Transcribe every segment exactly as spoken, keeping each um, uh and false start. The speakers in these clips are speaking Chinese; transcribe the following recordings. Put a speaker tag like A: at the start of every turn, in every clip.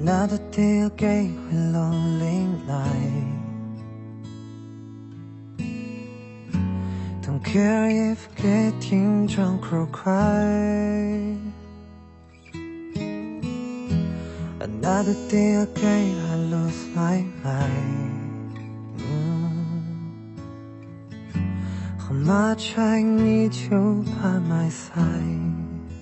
A: Another day again with lonely night. Don't care if getting drunk or cry. Another day again I lose my mind. mm. How much I need you by my side.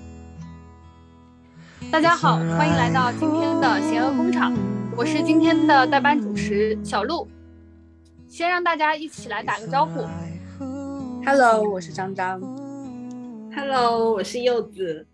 B: 大家好，欢迎来到今天的贤鹅工厂，我是今天的代班主持小鹿。先让大家一起来打个招呼。
C: Hello， 我是张张。
D: Hello， 我是柚子。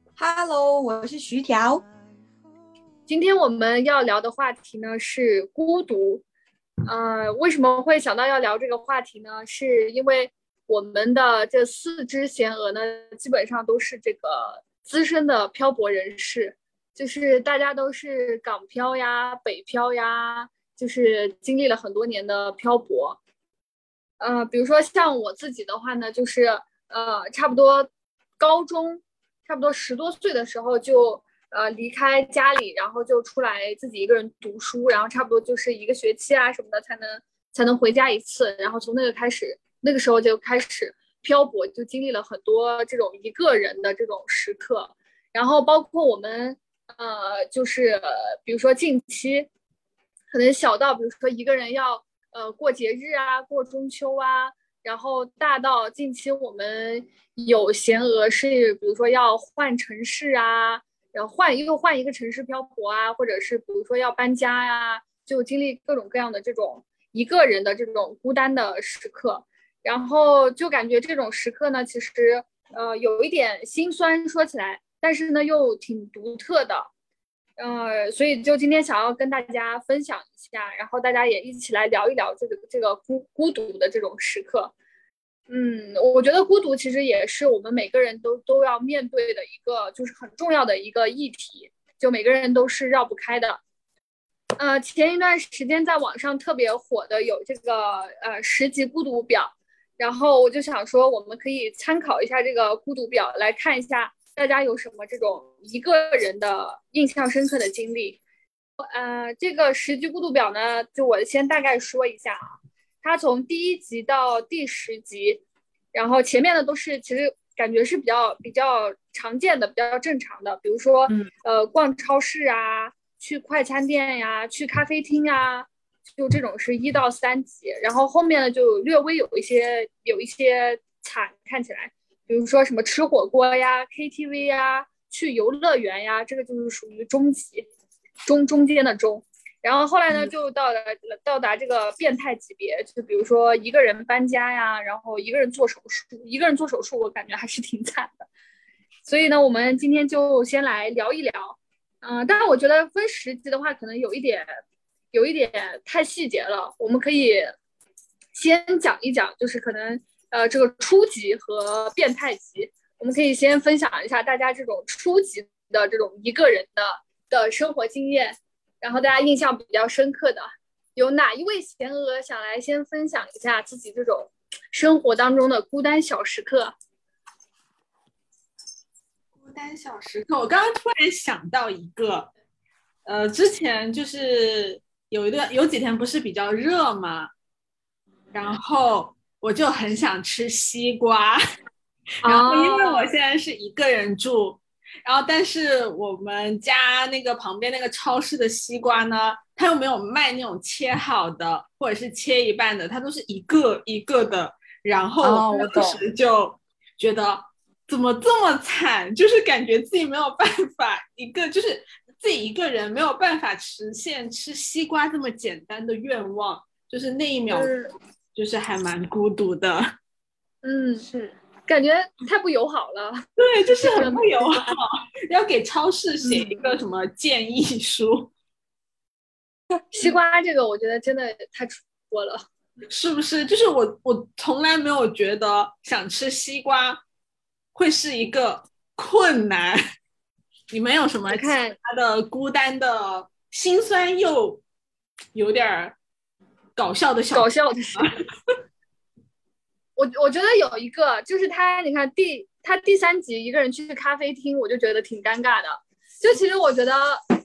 C: Hello， 我是徐条。
B: 今天我们要聊的话题呢是孤独。呃，为什么会想到要聊这个话题呢？是因为我们的这四只贤鹅呢，基本上都是这个资深的漂泊人士，就是大家都是港漂呀、北漂呀，就是经历了很多年的漂泊。呃，比如说像我自己的话呢，就是呃，差不多高中，差不多十多岁的时候就呃离开家里，然后就出来自己一个人读书，然后差不多就是一个学期啊什么的才能才能回家一次，然后从那个开始，那个时候就开始漂泊，就经历了很多这种一个人的这种时刻，然后包括我们呃，就是比如说近期可能小到比如说一个人要呃过节日啊，过中秋啊，然后大到近期我们有闲额是比如说要换城市啊，然后换又换一个城市漂泊啊，或者是比如说要搬家呀、啊，就经历各种各样的这种一个人的这种孤单的时刻。然后就感觉这种时刻呢，其实呃有一点心酸，说起来，但是呢又挺独特的，呃，所以就今天想要跟大家分享一下，然后大家也一起来聊一聊这个这个孤孤独的这种时刻。嗯，我觉得孤独其实也是我们每个人都都要面对的一个就是很重要的一个议题，就每个人都是绕不开的。呃，前一段时间在网上特别火的有这个呃十级孤独表。然后我就想说，我们可以参考一下这个孤独表，来看一下大家有什么这种一个人的印象深刻的经历。呃，这个十级孤独表呢，就我先大概说一下啊，它从第一集到第十集，然后前面的都是其实感觉是比较比较常见的、比较正常的，比如说、嗯、呃逛超市啊，去快餐店呀，去咖啡厅啊。就这种是一到三集，然后后面呢就略微有一些有一些惨，看起来，比如说什么吃火锅呀、K T V 呀、去游乐园呀，这个就是属于中级，中中间的中。然后后来呢，就到达到达这个变态级别，就比如说一个人搬家呀，然后一个人做手术，一个人做手术，我感觉还是挺惨的。所以呢，我们今天就先来聊一聊，嗯、呃，但是我觉得分十集的话，可能有一点。有一点太细节了，我们可以先讲一讲，就是可能呃这个初级和变态级，我们可以先分享一下大家这种初级的这种一个人的的生活经验，然后大家印象比较深刻的，有哪一位贤娥想来先分享一下自己这种生活当中的孤单小时刻？
D: 孤单小时刻，我刚刚突然想到一个，呃，之前就是有一段有几天不是比较热嘛，然后我就很想吃西瓜，然后因为我现在是一个人住，然后但是我们家那个旁边那个超市的西瓜呢，它又没有卖那种切好的或者是切一半的，它都是一个一个的，然后我当时就觉得怎么这么惨，就是感觉自己没有办法一个就是自己一个人没有办法实现吃西瓜这么简单的愿望，就是那一秒就是还蛮孤独的。
B: 嗯，是感觉太不友好了。
D: 对，就是很不友好，要给超市写一个什么建议书。
B: 嗯、西瓜这个我觉得真的太出国了，
D: 是不是？就是我我从来没有觉得想吃西瓜会是一个困难。你们有什么其他的孤单的心酸又有点搞笑的小
B: 搞笑的事？我我觉得有一个就是他，你看第他第三集一个人去咖啡厅，我就觉得挺尴尬的。就其实我觉得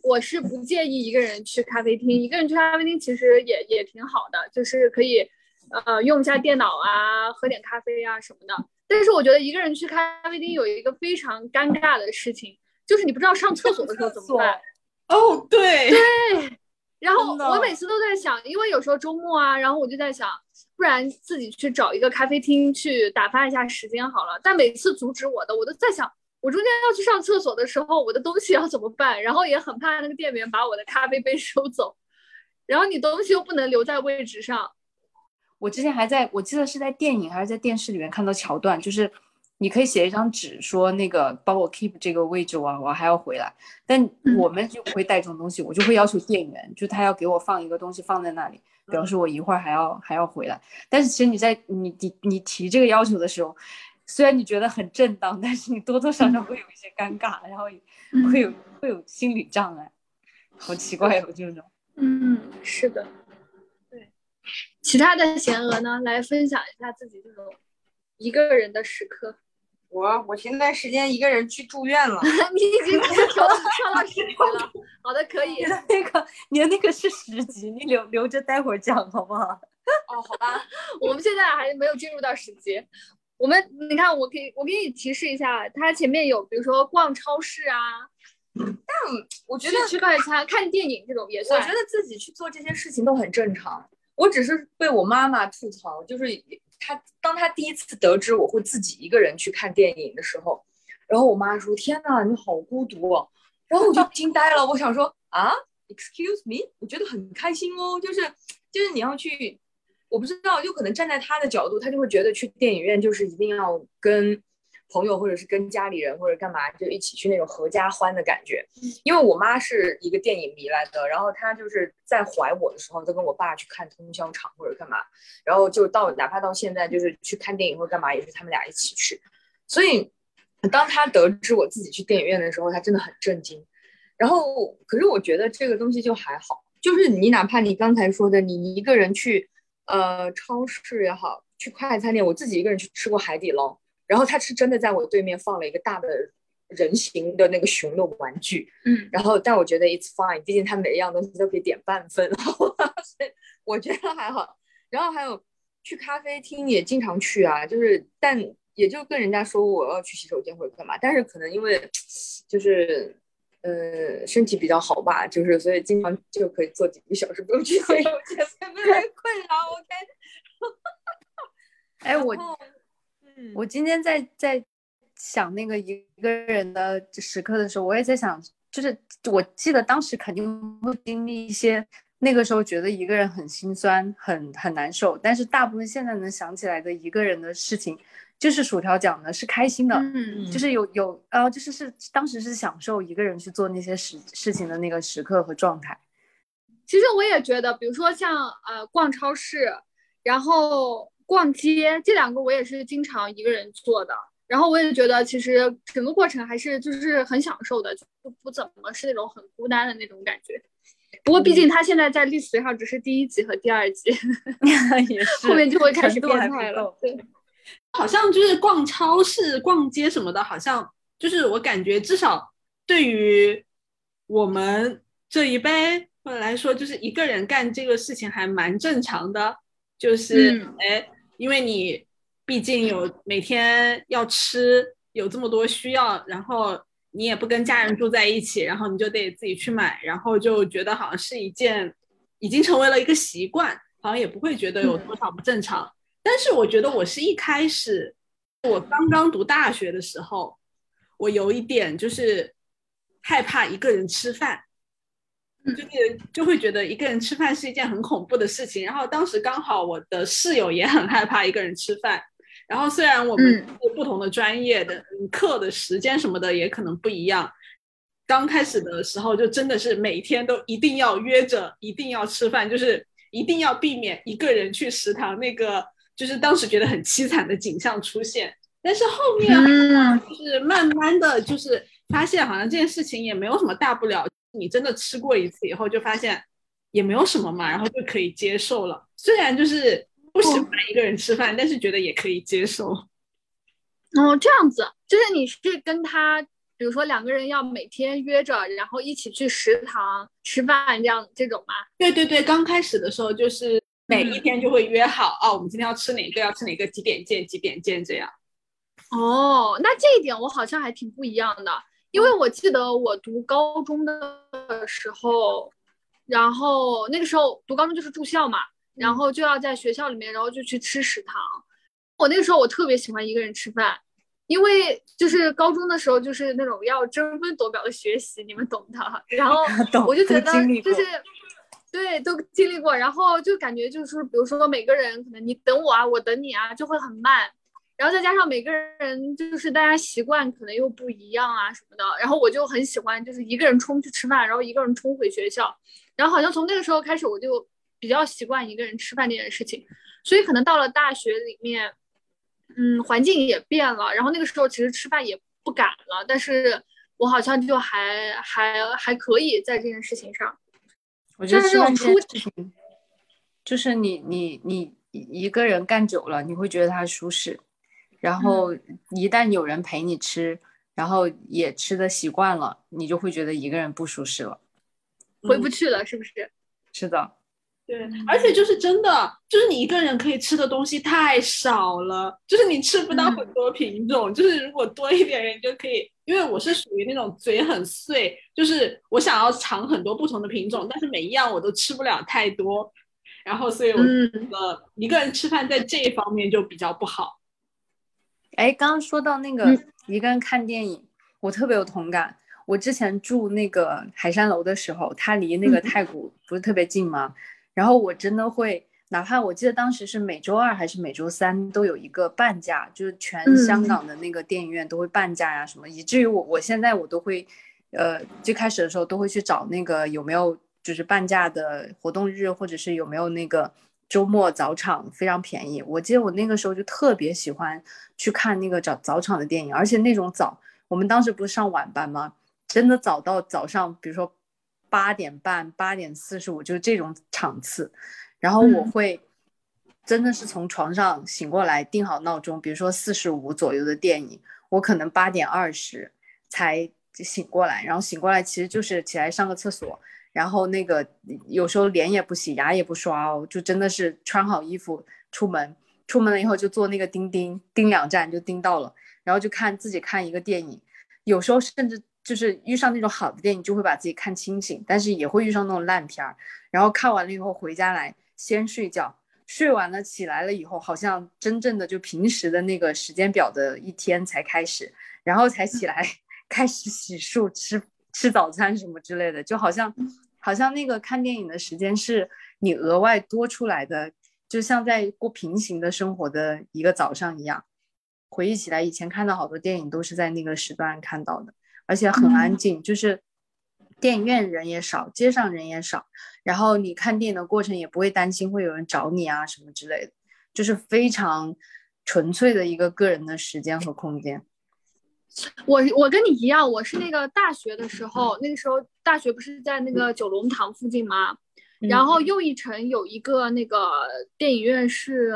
B: 我是不介意一个人去咖啡厅，一个人去咖啡厅其实也也挺好的，就是可以呃用一下电脑啊，喝点咖啡啊什么的。但是我觉得一个人去咖啡厅有一个非常尴尬的事情，就是你不知道上厕所的时候怎么办。
D: 哦，对
B: 对。然后我每次都在想，因为有时候周末啊，然后我就在想，不然自己去找一个咖啡厅去打发一下时间好了。但每次阻止我的，我都在想，我中间要去上厕所的时候，我的东西要怎么办？然后也很怕那个店员把我的咖啡杯收走，然后你东西又不能留在位置上。
C: 我之前还在我记得是在电影还是在电视里面看到桥段，就是你可以写一张纸说那个帮我 keep 这个位置，我我还要回来。但我们就不会带这种东西，我就会要求店员，就他要给我放一个东西放在那里，表示我一会儿还要还要回来。但是其实你在你你你提这个要求的时候，虽然你觉得很正当，但是你多多少少会有一些尴尬，然后会有会有心理障碍，好奇怪哦这种。
B: 嗯，是的。对，其他的贤娥呢，来分享一下自己这种一个人的时刻。
E: 我我前段时间一个人去住院了。
B: 你已经跳跳到十级了。好的，可以。
C: 你的那个你的那个是十级，你留留着待会儿讲好不好？
B: 哦，好吧，我们现在还没有进入到十级。我们你看，我可以我给你提示一下，它前面有比如说逛超市啊，
E: 但我觉得
B: 去快餐、看电影这种也算。
E: 我觉得自己去做这些事情都很正常。我只是被我妈妈吐槽，就是她当她第一次得知我会自己一个人去看电影的时候，然后我妈说：“天哪，你好孤独哦。”然后我就惊呆了，我想说啊 ，excuse me， 我觉得很开心哦，就是就是你要去。我不知道，就可能站在他的角度，他就会觉得去电影院就是一定要跟朋友或者是跟家里人或者干嘛就一起去那种合家欢的感觉。因为我妈是一个电影迷来的，然后她就是在怀我的时候都跟我爸去看通宵场或者干嘛，然后就到哪怕到现在就是去看电影或者干嘛也是他们俩一起去。所以当他得知我自己去电影院的时候，他真的很震惊。然后可是我觉得这个东西就还好，就是你哪怕你刚才说的你一个人去呃，超市也好，去快餐店，我自己一个人去吃过海底捞，然后他是真的在我对面放了一个大的人形的那个熊的玩具，
B: 嗯，
E: 然后但我觉得 it's fine， 毕竟他每一样东西都可以点半分，所以我觉得还好。然后还有去咖啡厅也经常去啊，就是但也就跟人家说我要去洗手间或者干嘛，但是可能因为就是呃，身体比较好吧，就是所以经常就可以坐几个小时不用去洗手间，所以没人困扰。OK。
C: 哎，我，嗯，我今天在在想那个一个人的时刻的时候，我也在想，就是我记得当时肯定会经历一些那个时候觉得一个人很心酸、很很难受，但是大部分现在能想起来的一个人的事情。就是薯条讲的是开心的，嗯，就是有有呃，就是是当时是享受一个人去做那些事事情的那个时刻和状态。
B: 其实我也觉得，比如说像呃逛超市，然后逛街这两个，我也是经常一个人做的。然后我也觉得，其实整个过程还是就是很享受的，就不怎么是那种很孤单的那种感觉。不过毕竟他现在在历史上只是第一集和第二集，
C: 也是
B: 后面就会开始变态了。对。
D: 好像就是逛超市、逛街什么的，好像就是我感觉至少对于我们这一辈来说，就是一个人干这个事情还蛮正常的。就是哎、嗯，因为你毕竟有每天要吃，有这么多需要，然后你也不跟家人住在一起，然后你就得自己去买，然后就觉得好像是一件已经成为了一个习惯，好像也不会觉得有多少不正常。嗯，但是我觉得我是一开始，我刚刚读大学的时候，我有一点就是害怕一个人吃饭，就是就会觉得一个人吃饭是一件很恐怖的事情。然后当时刚好我的室友也很害怕一个人吃饭，然后虽然我们是不同的专业的，嗯，课的时间什么的也可能不一样。刚开始的时候就真的是每天都一定要约着，一定要吃饭，就是一定要避免一个人去食堂那个。就是当时觉得很凄惨的景象出现，但是后面就是慢慢的就是发现好像这件事情也没有什么大不了，你真的吃过一次以后就发现也没有什么嘛，然后就可以接受了。虽然就是不喜欢一个人吃饭，但是觉得也可以接受。
B: 哦，这样子，就是你是跟他比如说两个人要每天约着，然后一起去食堂吃饭这样这种吗？
D: 对对对，刚开始的时候就是每一天就会约好、嗯、哦，我们今天要吃哪个，要吃哪个，几点见，几点见这样。
B: 哦，那这一点我好像还挺不一样的，因为我记得我读高中的时候，然后那个时候读高中就是住校嘛，然后就要在学校里面，然后就去吃食堂。我那个时候我特别喜欢一个人吃饭，因为就是高中的时候就是那种要争分夺秒的学习，你们懂的。然后我就觉得就是对都经历过，然后就感觉就是比如说每个人可能你等我啊，我等你啊，就会很慢。然后再加上每个人就是大家习惯可能又不一样啊什么的，然后我就很喜欢就是一个人冲去吃饭，然后一个人冲回学校，然后好像从那个时候开始我就比较习惯一个人吃饭这件事情，所以可能到了大学里面，嗯，环境也变了，然后那个时候其实吃饭也不敢了，但是我好像就还还还可以在这件事情上。
C: 我觉得吃饭这件事情，就是你你你一个人干久了，你会觉得它舒适。然后一旦有人陪你吃，然后也吃的习惯了，你就会觉得一个人不舒适了，
B: 回不去了，是不是？
C: 是的，
D: 对，而且就是真的，就是你一个人可以吃的东西太少了，就是你吃不到很多品种，嗯、就是如果多一点人就可以。因为我是属于那种嘴很碎，就是我想要尝很多不同的品种，但是每一样我都吃不了太多，然后所以我觉得一个人吃饭在这一方面就比较不好。
C: 哎，刚刚说到那个一个人看电影，嗯、我特别有同感。我之前住那个海山楼的时候，它离那个太古不是特别近吗？嗯、然后我真的会，哪怕我记得当时是每周二还是每周三都有一个半价，就是全香港的那个电影院都会半价呀、啊、什么，嗯、以至于我我现在我都会，呃，最开始的时候都会去找那个有没有就是半价的活动日，或者是有没有那个。周末早场非常便宜，我记得我那个时候就特别喜欢去看那个早早场的电影，而且那种早，我们当时不是上晚班吗？真的早到早上，比如说八点半、八点四十五，就是这种场次。然后我会真的是从床上醒过来，定好闹钟，比如说四十五左右的电影，我可能八点二十才醒过来，然后醒过来其实就是起来上个厕所。然后那个有时候脸也不洗，牙也不刷哦，就真的是穿好衣服出门，出门了以后就坐那个钉钉，钉两站就钉到了，然后就看自己看一个电影，有时候甚至就是遇上那种好的电影就会把自己看清醒，但是也会遇上那种烂片，然后看完了以后回家来先睡觉，睡完了起来了以后，好像真正的就平时的那个时间表的一天才开始，然后才起来开始洗漱吃吃早餐什么之类的，就好像好像那个看电影的时间是你额外多出来的，就像在过平行的生活的一个早上一样。回忆起来以前看到好多电影都是在那个时段看到的，而且很安静，就是电影院人也少，街上人也少，然后你看电影的过程也不会担心会有人找你啊什么之类的，就是非常纯粹的一个个人的时间和空间。
B: 我我跟你一样，我是那个大学的时候，那个时候大学不是在那个九龙塘附近吗？嗯、然后又一城有一个那个电影院是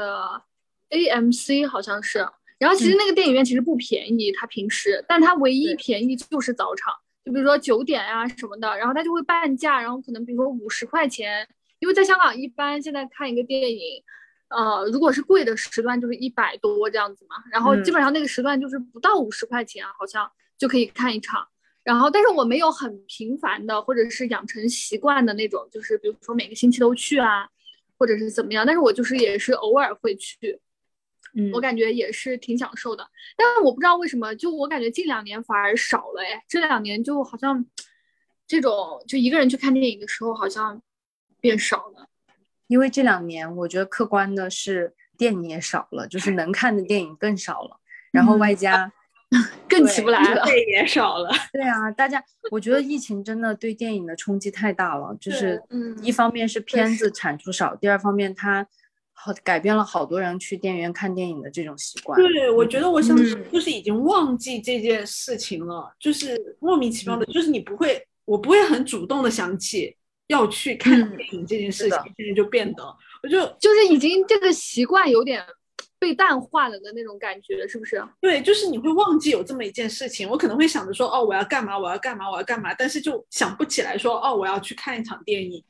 B: A M C 好像是，然后其实那个电影院其实不便宜，它平时，但它唯一便宜就是早场，就比如说九点啊什么的，然后它就会半价，然后可能比如说五十块钱，因为在香港一般现在看一个电影。呃，如果是贵的时段就是一百多这样子嘛，然后基本上那个时段就是不到五十块钱，好像就可以看一场。然后，但是我没有很频繁的，或者是养成习惯的那种，就是比如说每个星期都去啊，或者是怎么样。但是我就是也是偶尔会去，嗯，我感觉也是挺享受的。但是我不知道为什么，就我感觉近两年反而少了哎，这两年就好像这种就一个人去看电影的时候好像变少了。
C: 因为这两年我觉得客观的是电影也少了，就是能看的电影更少了，然后外加、
B: 嗯、更起不来了，
D: 对也少了。
C: 对啊，大家我觉得疫情真的对电影的冲击太大了，就是一方面是片子产出少，第二方面它改变了好多人去电影院看电影的这种习惯。
D: 对，我觉得我想就是已经忘记这件事情了、嗯、就是莫名其妙的、嗯、就是你不会我不会很主动的想起要去看电影这件事情、嗯、现在就变得我就
B: 就是已经这个习惯有点被淡化了的那种感觉，是不是？
D: 对，就是你会忘记有这么一件事情，我可能会想着说，哦，我要干嘛，我要干嘛，我要干嘛，但是就想不起来说，哦，我要去看一场电影。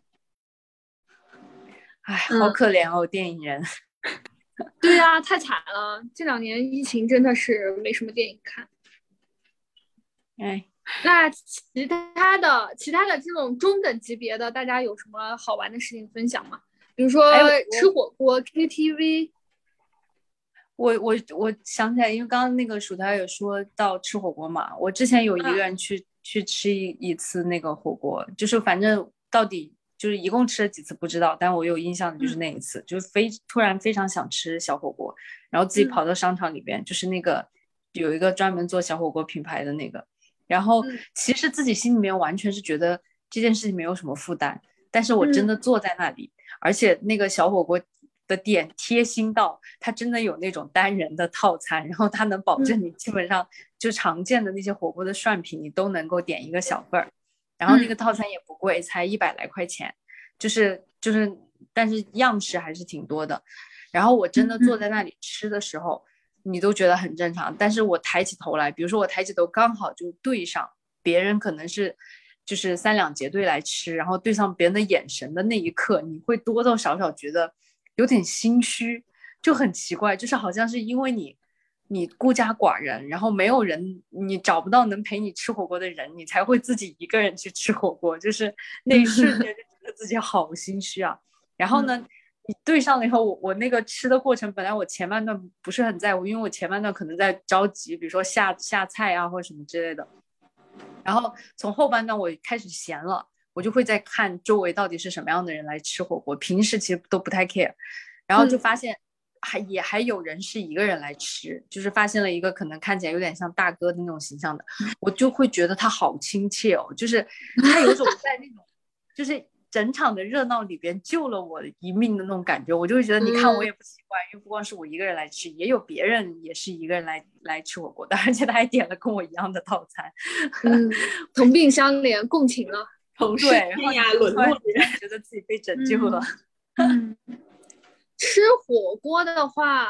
C: 哎，好可怜哦，嗯、电影人。
B: 对呀、啊，太惨了！这两年疫情真的是没什么电影看。
C: 哎，
B: 那其他的其他的这种中等级别的，大家有什么好玩的事情分享吗？比如说吃火锅、K T V。
C: 我我我想起来，因为刚刚那个薯条有说到吃火锅嘛，我之前有一个人去、嗯、去吃一一次那个火锅，就是反正到底就是一共吃了几次不知道，但我有印象的就是那一次，嗯、就是非突然非常想吃小火锅，然后自己跑到商场里边，嗯、就是那个有一个专门做小火锅品牌的那个，然后其实自己心里面完全是觉得这件事情没有什么负担，但是我真的坐在那里，嗯、而且那个小火锅的店贴心到它真的有那种单人的套餐，然后它能保证你基本上就常见的那些火锅的涮品你都能够点一个小份儿，然后那个套餐也不贵，才一百来块钱，就是就是但是样式还是挺多的，然后我真的坐在那里吃的时候你都觉得很正常，但是我抬起头来，比如说我抬起头刚好就对上别人可能是就是三两结队来吃，然后对上别人的眼神的那一刻，你会多多少少觉得有点心虚，就很奇怪，就是好像是因为你你孤家寡人，然后没有人，你找不到能陪你吃火锅的人，你才会自己一个人去吃火锅，就是那一瞬间就觉得自己好心虚啊。然后呢你对上了以后，我我那个吃的过程本来我前半段不是很在乎，因为我前半段可能在着急，比如说下下菜啊或者什么之类的，然后从后半段我开始闲了，我就会在看周围到底是什么样的人来吃火锅，平时其实都不太 care， 然后就发现还、嗯、也还有人是一个人来吃，就是发现了一个可能看起来有点像大哥的那种形象的，我就会觉得他好亲切哦，就是他有种在那种就是整场的热闹里边救了我一命的那种感觉，我就会觉得你看我也不奇怪，因为不光是我一个人来吃，也有别人也是一个人来来吃火锅的，而且他还点了跟我一样的套餐，
B: 嗯，同病相怜，共情了，
D: 同是天涯沦落人，
C: 觉得自己被拯救了。
B: 嗯，嗯吃火锅的话，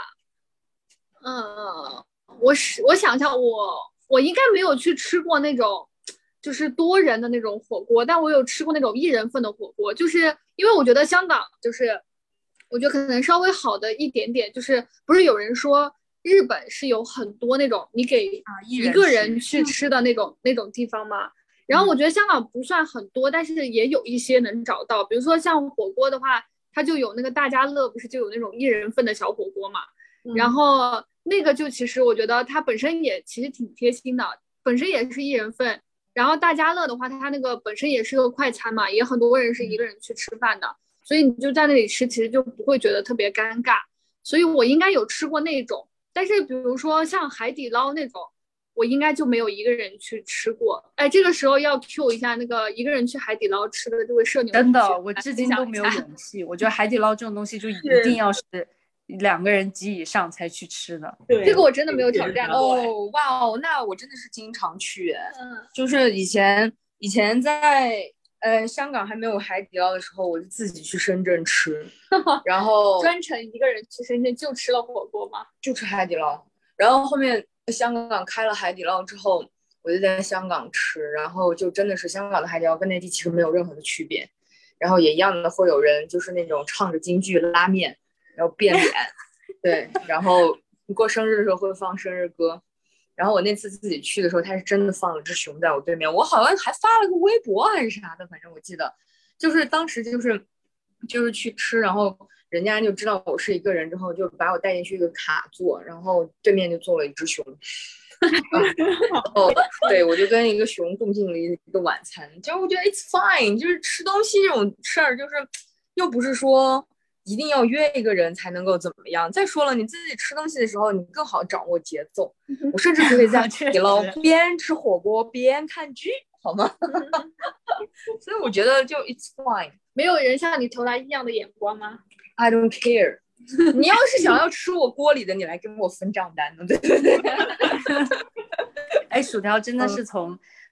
B: 嗯，我是我想想，我我应该没有去吃过那种就是多人的那种火锅，但我有吃过那种一人份的火锅，就是因为我觉得香港就是我觉得可能稍微好的一点点，就是不是有人说日本是有很多那种你给一个人去吃的那种、啊、那种地方吗？然后我觉得香港不算很多，但是也有一些能找到，比如说像火锅的话，它就有那个大家乐，不是就有那种一人份的小火锅嘛、嗯、然后那个就其实我觉得它本身也其实挺贴心的，本身也是一人份，然后大家乐的话它那个本身也是个快餐嘛，也很多人是一个人去吃饭的，所以你就在那里吃其实就不会觉得特别尴尬，所以我应该有吃过那种，但是比如说像海底捞那种我应该就没有一个人去吃过。哎，这个时候要 Q 一下那个一个人去海底捞吃的这位社牛，
C: 真的我至今都没有勇气，我觉得海底捞这种东西就一定要是两个人及以上才去吃的。
B: 对，这个我真的没有挑战过。
E: 哦，哇哦，那我真的是经常去，嗯，就是以前以前在呃香港还没有海底捞的时候，我就自己去深圳吃，然后
B: 专程一个人去深圳就吃了火锅吗？
E: 就吃海底捞，然后后面香港开了海底捞之后，我就在香港吃，然后就真的是香港的海底捞跟内地其实没有任何的区别，然后也一样的会有人就是那种唱着京剧拉面。然后变脸，对，然后过生日的时候会放生日歌，然后我那次自己去的时候，他是真的放了只熊在我对面，我好像还发了个微博还是啥的，反正我记得，就是当时就是就是去吃，然后人家就知道我是一个人之后，就把我带进去一个卡座，然后对面就坐了一只熊，然后对我就跟一个熊共进了一个晚餐，就我觉得 it's fine， 就是吃东西这种事儿，就是又不是说一定要约一个人才能够怎么样。再说了，你自己吃东西的时候，你更好掌握节奏。我甚至可以在海底捞边吃火锅边看剧，好吗？所以我觉得就 it's fine。
B: 没有人向你投来异样的眼光吗
E: ？I don't care 。你要是想要吃我锅里的，你来跟我分账单呢，对不对？
C: 哎，薯条真的是从、嗯、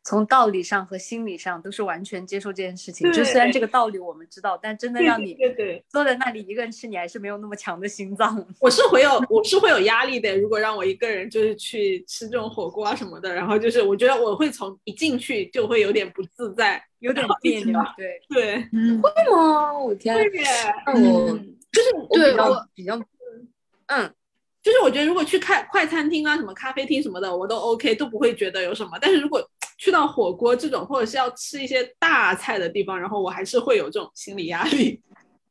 C: 从道理上和心理上都是完全接受这件事情。就虽然这个道理我们知道，但真的让你
D: 对对对
C: 坐在那里一个人吃，你还是没有那么强的心脏。
D: 我是会有我是会有压力的，如果让我一个人就是去吃这种火锅啊什么的，然后就是我觉得我会从一进去就会有点不自在，
C: 有点别扭。对
D: 对，
B: 嗯，
E: 会吗？我天，
D: 对耶
E: 那我
D: 就是
E: 我比较
B: 对我
E: 比较，嗯，
D: 就是我觉得如果去看快餐厅啊、什么咖啡厅什么的，我都 OK， 都不会觉得有什么。但是如果去到火锅这种，或者是要吃一些大菜的地方，然后我还是会有这种心理压力。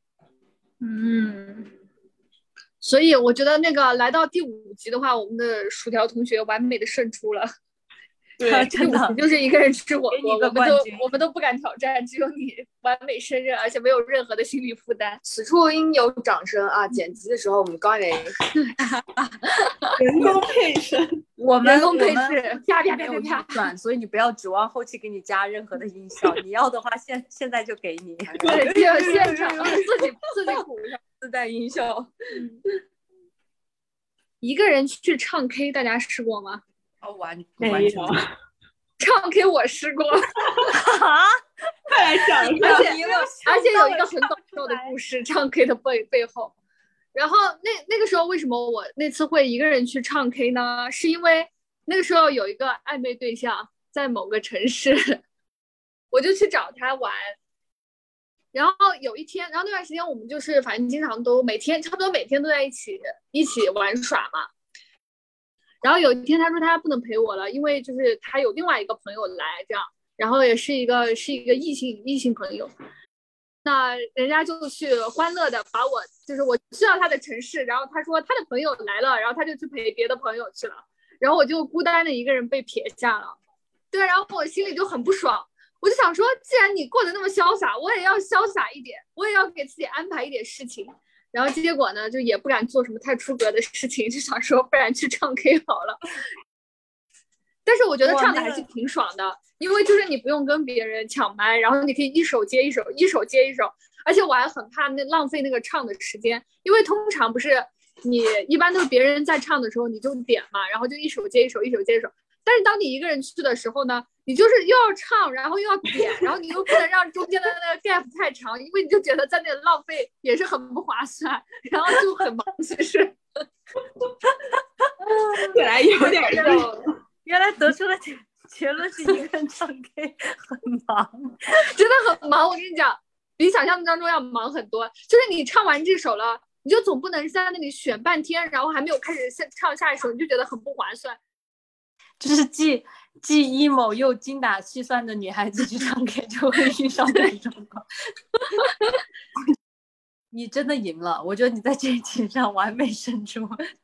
B: 嗯，所以我觉得那个来到第五集的话，我们的薯条同学完美的胜出了。
D: 对，
B: 第五集就是一个人吃火锅，我们都我们都不敢挑战，只有你完美胜任，而且没有任何的心理负担。
E: 此处应有掌声啊！剪辑的时候我们刚也
D: 人工配声，
C: 我们
B: 人工配
C: 我们
B: 置，啪啪
C: 没有预
B: 啪啪啪。
C: 算，所以你不要指望后期给你加任何的音效。你要的话，现现在就给你。
B: 对，就现场自己自己鼓上自带音效。嗯，一个人去唱 K， 大家试过吗？
C: 哦，完
D: 没
C: 完全
D: 有。
B: 唱 K 我试过，
C: 啊！
D: 快来讲一下
B: 而且而且有一个很搞笑的故事，唱 K 的背背后。然后那那个时候为什么我那次会一个人去唱 K 呢？是因为那个时候有一个暧昧对象在某个城市，我就去找他玩。然后有一天，然后那段时间我们就是反正经常都每天差不多每天都在一起一起玩耍嘛。然后有一天他说他不能陪我了，因为就是他有另外一个朋友来这样，然后也是一个是一个异性异性朋友。那人家就去欢乐的把我，就是我去到他的城市，然后他说他的朋友来了，然后他就去陪别的朋友去了，然后我就孤单的一个人被撇下了。对，然后我心里就很不爽，我就想说，既然你过得那么潇洒，我也要潇洒一点，我也要给自己安排一点事情。然后结果呢，就也不敢做什么太出格的事情，就想说不然去唱 K 好了。但是我觉得唱的还是挺爽的，因为就是你不用跟别人抢麦，然后你可以一首接一首，一首接一首，而且我还很怕那浪费那个唱的时间，因为通常不是你一般都是别人在唱的时候你就点嘛，然后就一首接一首，一首接一首。但是当你一个人去的时候呢，你就是又要唱，然后又要点，然后你又不能让中间的那个 gap 太长，因为你就觉得在那里浪费也是很不划算，然后就很忙。其实，
D: 本来有点热。
C: 原来得出的结结论是一个人唱 K 很忙，
B: 真的很忙。我跟你讲，比想象当中要忙很多。就是你唱完这首了，你就总不能在那里选半天，然后还没有开始唱下一首，你就觉得很不划算。
C: 就是既既 emo 又精打细算的女孩子去唱 K 就会遇上这种状况。你真的赢了，我觉得你在这一题上完美胜出。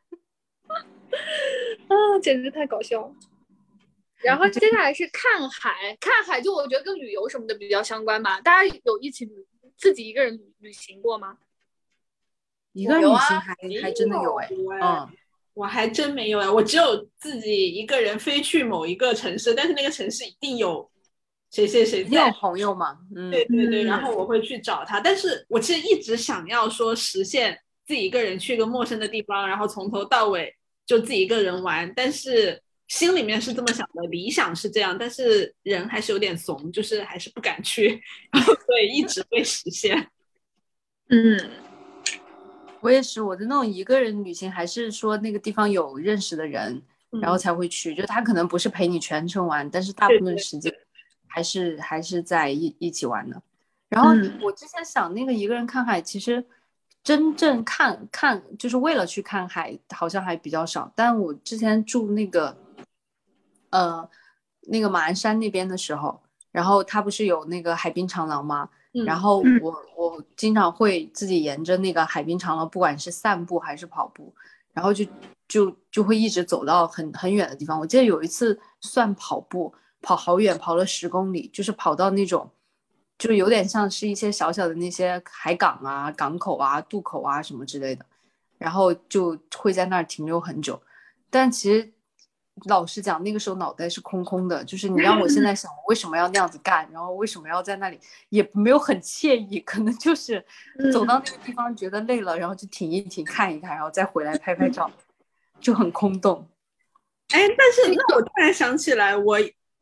B: 啊，简直太搞笑了。然后接下来是看海，看海就我觉得跟旅游什么的比较相关吧。大家有一起旅自己一个人旅旅行过吗？
C: 一个人旅行还还真的有哎，嗯，
D: 我还真没有哎，我只有自己一个人飞去某一个城市，但是那个城市一定有谁谁谁在，
C: 有朋友嘛，嗯，
D: 对对对，然后我会去找他。但是我其实一直想要说实现自己一个人去一个陌生的地方，然后从头到尾就自己一个人玩，但是心里面是这么想的，理想是这样，但是人还是有点怂，就是还是不敢去，然后所以一直未实现。
B: 嗯，
C: 我也是，我的那种一个人旅行还是说那个地方有认识的人，
D: 嗯、
C: 然后才会去，就他可能不是陪你全程玩，但是大部分时间还是
D: 对对
C: 还是在一一起玩的。然后我之前想那个一个人看海，其实真正看看就是为了去看海，好像还比较少。但我之前住那个呃那个马鞍山那边的时候，然后它不是有那个海滨长廊吗？
D: 嗯、
C: 然后我我经常会自己沿着那个海滨长廊，不管是散步还是跑步，然后就就就会一直走到很很远的地方。我记得有一次算跑步跑好远，跑了十公里，就是跑到那种就有点像是一些小小的那些海港啊、港口啊、渡口啊什么之类的，然后就会在那儿停留很久。但其实老实讲，那个时候脑袋是空空的，就是你让我现在想我为什么要那样子干，然后为什么要在那里，也没有很惬意，可能就是走到那个地方觉得累了，然后就停一停看一看，然后再回来拍拍照，就很空洞。
D: 哎，但是那我突然想起来，我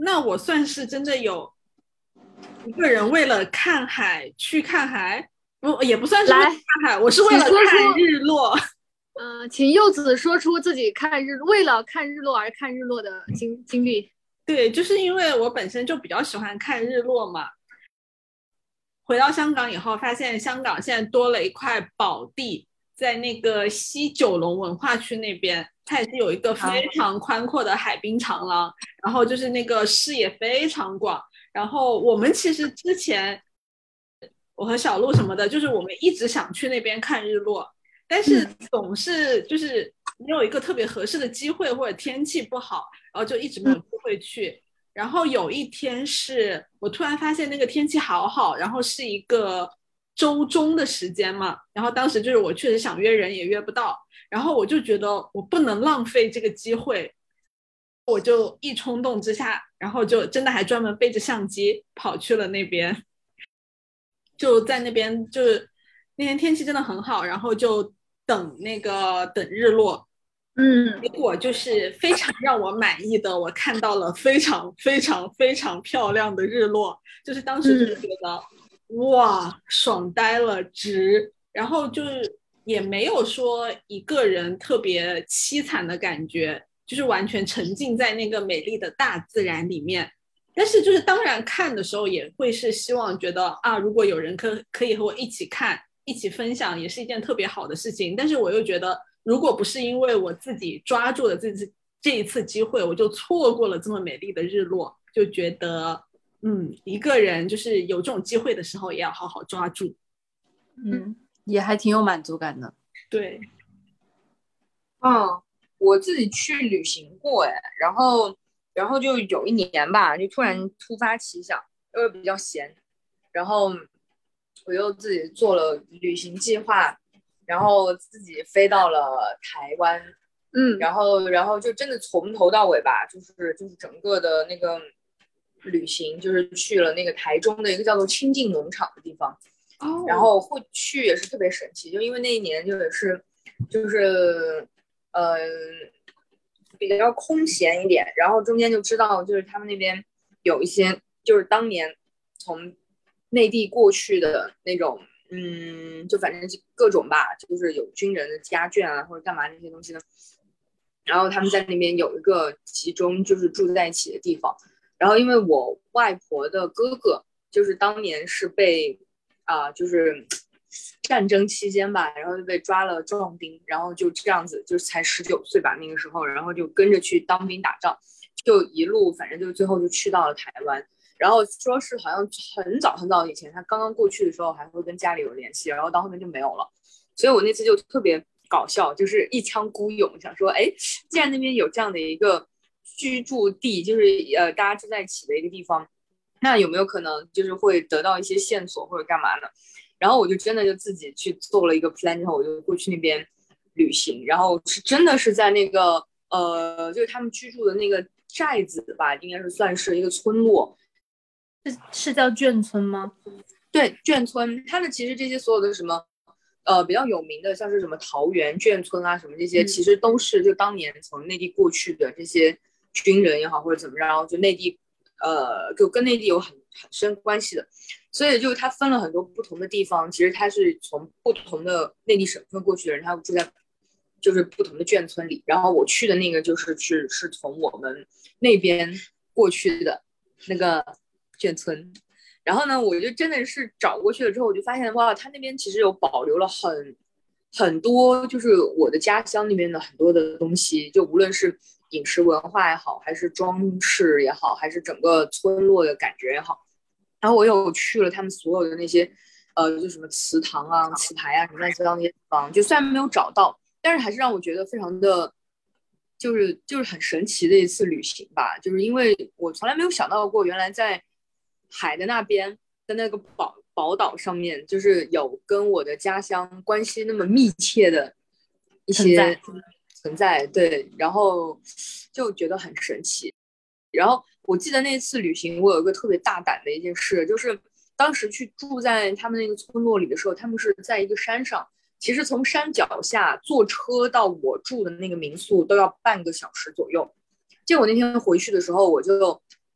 D: 那我算是真的有一个人为了看海去看海，不也不算是为了看海，我是为了看日落。
B: 嗯、呃，请柚子说出自己看日为了看日落而看日落的经经历。
D: 对，就是因为我本身就比较喜欢看日落嘛。回到香港以后，发现香港现在多了一块宝地，在那个西九龙文化区那边，它也是有一个非常宽阔的海滨长廊，然后就是那个视野非常广。然后我们其实之前，我和小鹿什么的，就是我们一直想去那边看日落，但是总是就是没有一个特别合适的机会，或者天气不好，然后就一直没有机会去。然后有一天是我突然发现那个天气好好，然后是一个周中的时间嘛，然后当时就是我确实想约人也约不到，然后我就觉得我不能浪费这个机会，我就一冲动之下，然后就真的还专门背着相机跑去了那边，就在那边就是那天天气真的很好，然后就等那个等日落。
B: 嗯，
D: 结果就是非常让我满意的，我看到了非常非常非常漂亮的日落，就是当时就觉得、嗯、哇爽呆了值，然后就是也没有说一个人特别凄惨的感觉，就是完全沉浸在那个美丽的大自然里面。但是就是当然看的时候也会是希望觉得啊，如果有人可可以和我一起看一起分享，也是一件特别好的事情。但是我又觉得如果不是因为我自己抓住了这次这一次机会，我就错过了这么美丽的日落，就觉得嗯，一个人就是有这种机会的时候也要好好抓住。
C: 嗯，也还挺有满足感的。
D: 对，
E: 嗯，我自己去旅行过哎，然后然后就有一年吧，就突然突发奇想，因为比较闲，然后我又自己做了旅行计划，然后自己飞到了台湾，
B: 嗯，
E: 然后然后就真的从头到尾吧，就是就是整个的那个旅行，就是去了那个台中的一个叫做清境农场的地方，
D: 哦，
E: 然后会去也是特别神奇，就因为那一年就也是就是呃比较空闲一点，然后中间就知道就是他们那边有一些就是当年从内地过去的那种。嗯，就反正各种吧，就是有军人的家眷啊，或者干嘛那些东西呢。然后他们在那边有一个集中，就是住在一起的地方。然后因为我外婆的哥哥，就是当年是被啊、呃，就是战争期间吧，然后就被抓了壮丁，然后就这样子，就是才十九岁吧那个时候，然后就跟着去当兵打仗，就一路反正就最后就去到了台湾。然后说是好像很早很早以前，他刚刚过去的时候还会跟家里有联系，然后到后面就没有了。所以我那次就特别搞笑，就是一腔孤勇，想说，哎，既然那边有这样的一个居住地，就是呃大家住在一起的一个地方，那有没有可能就是会得到一些线索或者干嘛呢？然后我就真的就自己去做了一个 plan 之后，我就过去那边旅行，然后是真的是在那个呃，就是他们居住的那个寨子吧，应该是算是一个村落。
C: 是是叫眷村吗？
E: 对，眷村，它的其实这些所有的什么，呃，比较有名的，像是什么桃园眷村啊，什么这些，
C: 嗯、
E: 其实都是就当年从内地过去的这些军人也好，或者怎么着，就内地，呃，就跟内地有很很深关系的，所以就它分了很多不同的地方，其实它是从不同的内地省份过去的人，他住在就是不同的眷村里，然后我去的那个就是是是从我们那边过去的那个眷村，然后呢，我就真的是找过去了之后，我就发现哇，他那边其实有保留了很很多，就是我的家乡那边的很多的东西，就无论是饮食文化也好，还是装饰也好，还是整个村落的感觉也好。然后我有去了他们所有的那些，呃，就什么祠堂啊、祠牌啊什么乱七八糟那些地方，就虽然没有找到，但是还是让我觉得非常的。就是就是很神奇的一次旅行吧，就是因为我从来没有想到过，原来在海的那边的那个宝宝岛上面，就是有跟我的家乡关系那么密切的一些存在，对，然后就觉得很神奇。然后我记得那次旅行，我有一个特别大胆的一件事，就是当时去住在他们那个村落里的时候，他们是在一个山上。其实从山脚下坐车到我住的那个民宿都要半个小时左右。结果那天回去的时候，我就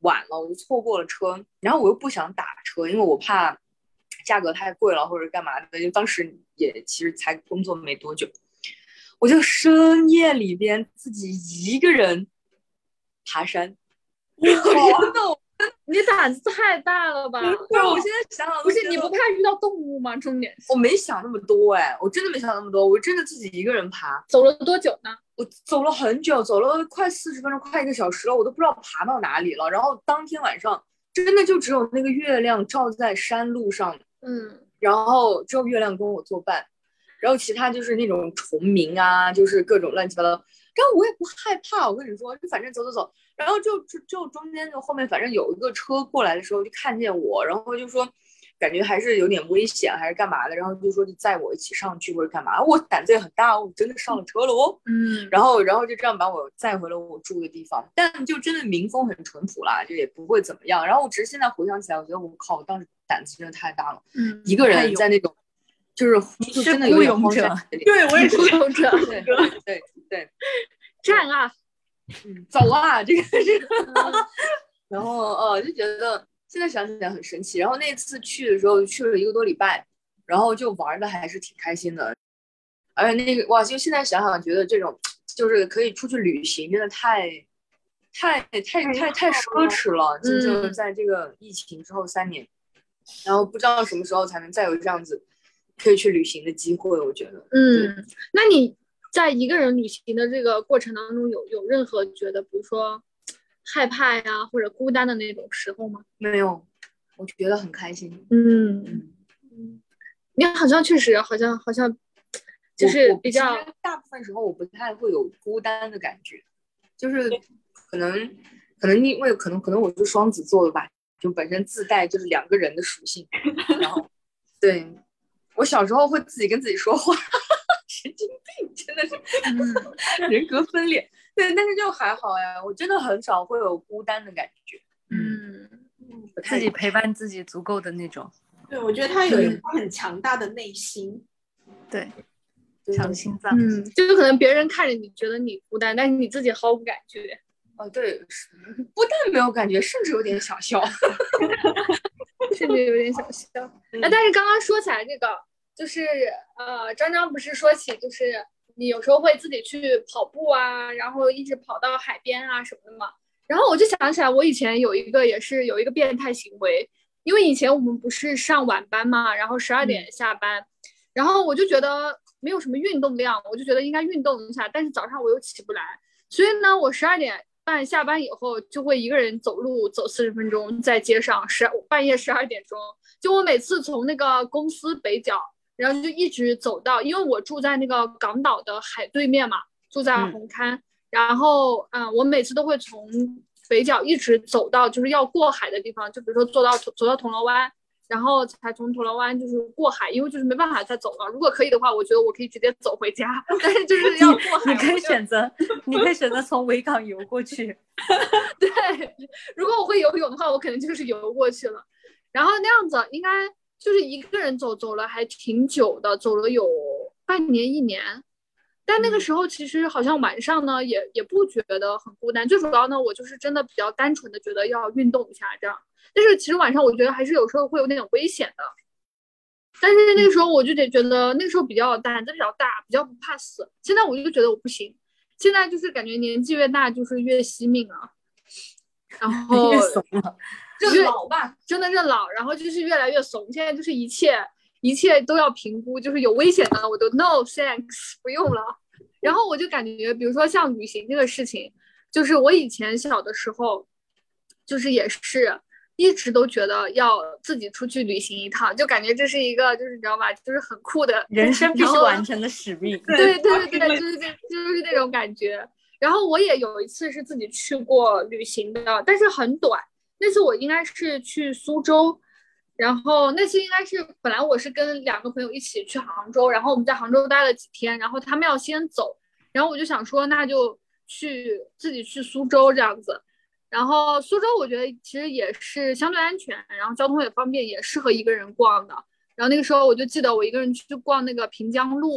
E: 晚了，我就错过了车，然后我又不想打车，因为我怕价格太贵了或者干嘛的，就当时也其实才工作没多久，我就深夜里边自己一个人爬山。真的，
B: 你胆子太大了吧？
E: 对，我现在想想
B: 不是你不怕遇到动物吗？重点是
E: 我没想那么多哎，我真的没想那么多，我真的自己一个人爬。
B: 走了多久呢？
E: 我走了很久，走了快四十分钟，快一个小时了，我都不知道爬到哪里了。然后当天晚上真的就只有那个月亮照在山路上，
B: 嗯，
E: 然后只有月亮跟我作伴，然后其他就是那种虫鸣啊，就是各种乱七八糟。然后我也不害怕，我跟你说，就反正走走走，然后就就就中间就后面反正有一个车过来的时候就看见我，然后就说感觉还是有点危险还是干嘛的，然后就说就载我一起上去或者干嘛，我胆子也很大，我真的上了车了哦，
B: 嗯，
E: 然后然后就这样把我载回了我住的地方，但就真的民风很淳朴啦，就也不会怎么样。然后我只是现在回想起来，我觉得我靠，我当时胆子真的太大了，
B: 嗯，
E: 一个人在那种就是就真的有点荒山野岭，
D: 对我也是
B: 孤勇者，
E: 对对对对。
B: 站啊，
E: 嗯，走啊，这个这个，然后呃，就觉得现在想起来很神奇。然后那次去的时候去了一个多礼拜，然后就玩的还是挺开心的。而且那个哇，就现在想想，觉得这种就是可以出去旅行，真的太太太太太奢侈了。就就在这个疫情之后三年，然后不知道什么时候才能再有这样子可以去旅行的机会。我觉得，
B: 嗯，那你在一个人旅行的这个过程当中有，有有任何觉得，比如说害怕呀或者孤单的那种时候吗？
E: 没有，我觉得很开心。
B: 嗯嗯，你好像确实好像好像就是比较
E: 大部分时候我不太会有孤单的感觉，就是可能可能因为可能可能我是双子座的吧，就本身自带就是两个人的属性，然后对我小时候会自己跟自己说话。神经病，真的是、嗯、人格分裂。对，但是就还好呀，我真的很少会有孤单的感觉。
B: 嗯，
C: 自己陪伴自己足够的那种。
D: 对，我觉得他有一颗很强大的内心。
C: 对，强心脏。
B: 嗯，就是可能别人看着你觉得你孤单，但是你自己毫无感觉。
E: 哦，对，不但没有感觉，甚至有点想笑，
B: 甚至有点想笑。哎、嗯，但是刚刚说起来这个。就是呃，张张不是说起，就是你有时候会自己去跑步啊，然后一直跑到海边啊什么的嘛。然后我就想起来，我以前有一个也是有一个变态行为，因为以前我们不是上晚班嘛，然后十二点下班，嗯、然后我就觉得没有什么运动量，我就觉得应该运动一下，但是早上我又起不来，所以呢，我十二点半下班以后就会一个人走路走四十分钟，在街上十半夜十二点钟，就我每次从那个公司北角。然后就一直走到，因为我住在那个港岛的海对面嘛，住在红磡、嗯、然后嗯，我每次都会从北角一直走到就是要过海的地方，就比如说走到走到铜锣湾，然后才从铜锣湾就是过海，因为就是没办法再走了。如果可以的话，我觉得我可以直接走回家，但是就是要过海，
C: 你可以选择，你可以选择从维港游过去。
B: 对，如果我会游泳的话，我可能就是游过去了。然后那样子应该。就是一个人走走了还挺久的，走了有半年一年，但那个时候其实好像晚上呢也也不觉得很孤单，最主要呢我就是真的比较单纯的觉得要运动一下这样，但是其实晚上我觉得还是有时候会有那种危险的，但是那个时候我就得觉得那个时候比较胆子比较大，比较不怕死，现在我就觉得我不行，现在就是感觉年纪越大就是越惜命啊，然后
C: 越怂了。
E: 认老吧，
B: 真的认老，然后就是越来越怂。现在就是一切一切都要评估，就是有危险的我都 no thanks 不用了。然后我就感觉，比如说像旅行这个事情，就是我以前小的时候，就是也是一直都觉得要自己出去旅行一趟，就感觉这是一个就是你知道吧，就是很酷的
C: 人生必须完成的使命。
B: 对对对对，就是就是那种感觉。然后我也有一次是自己去过旅行的，但是很短。那次我应该是去苏州，然后那次应该是本来我是跟两个朋友一起去杭州，然后我们在杭州待了几天，然后他们要先走，然后我就想说那就去自己去苏州这样子。然后苏州我觉得其实也是相对安全，然后交通也方便，也适合一个人逛的。然后那个时候我就记得我一个人去逛那个平江路，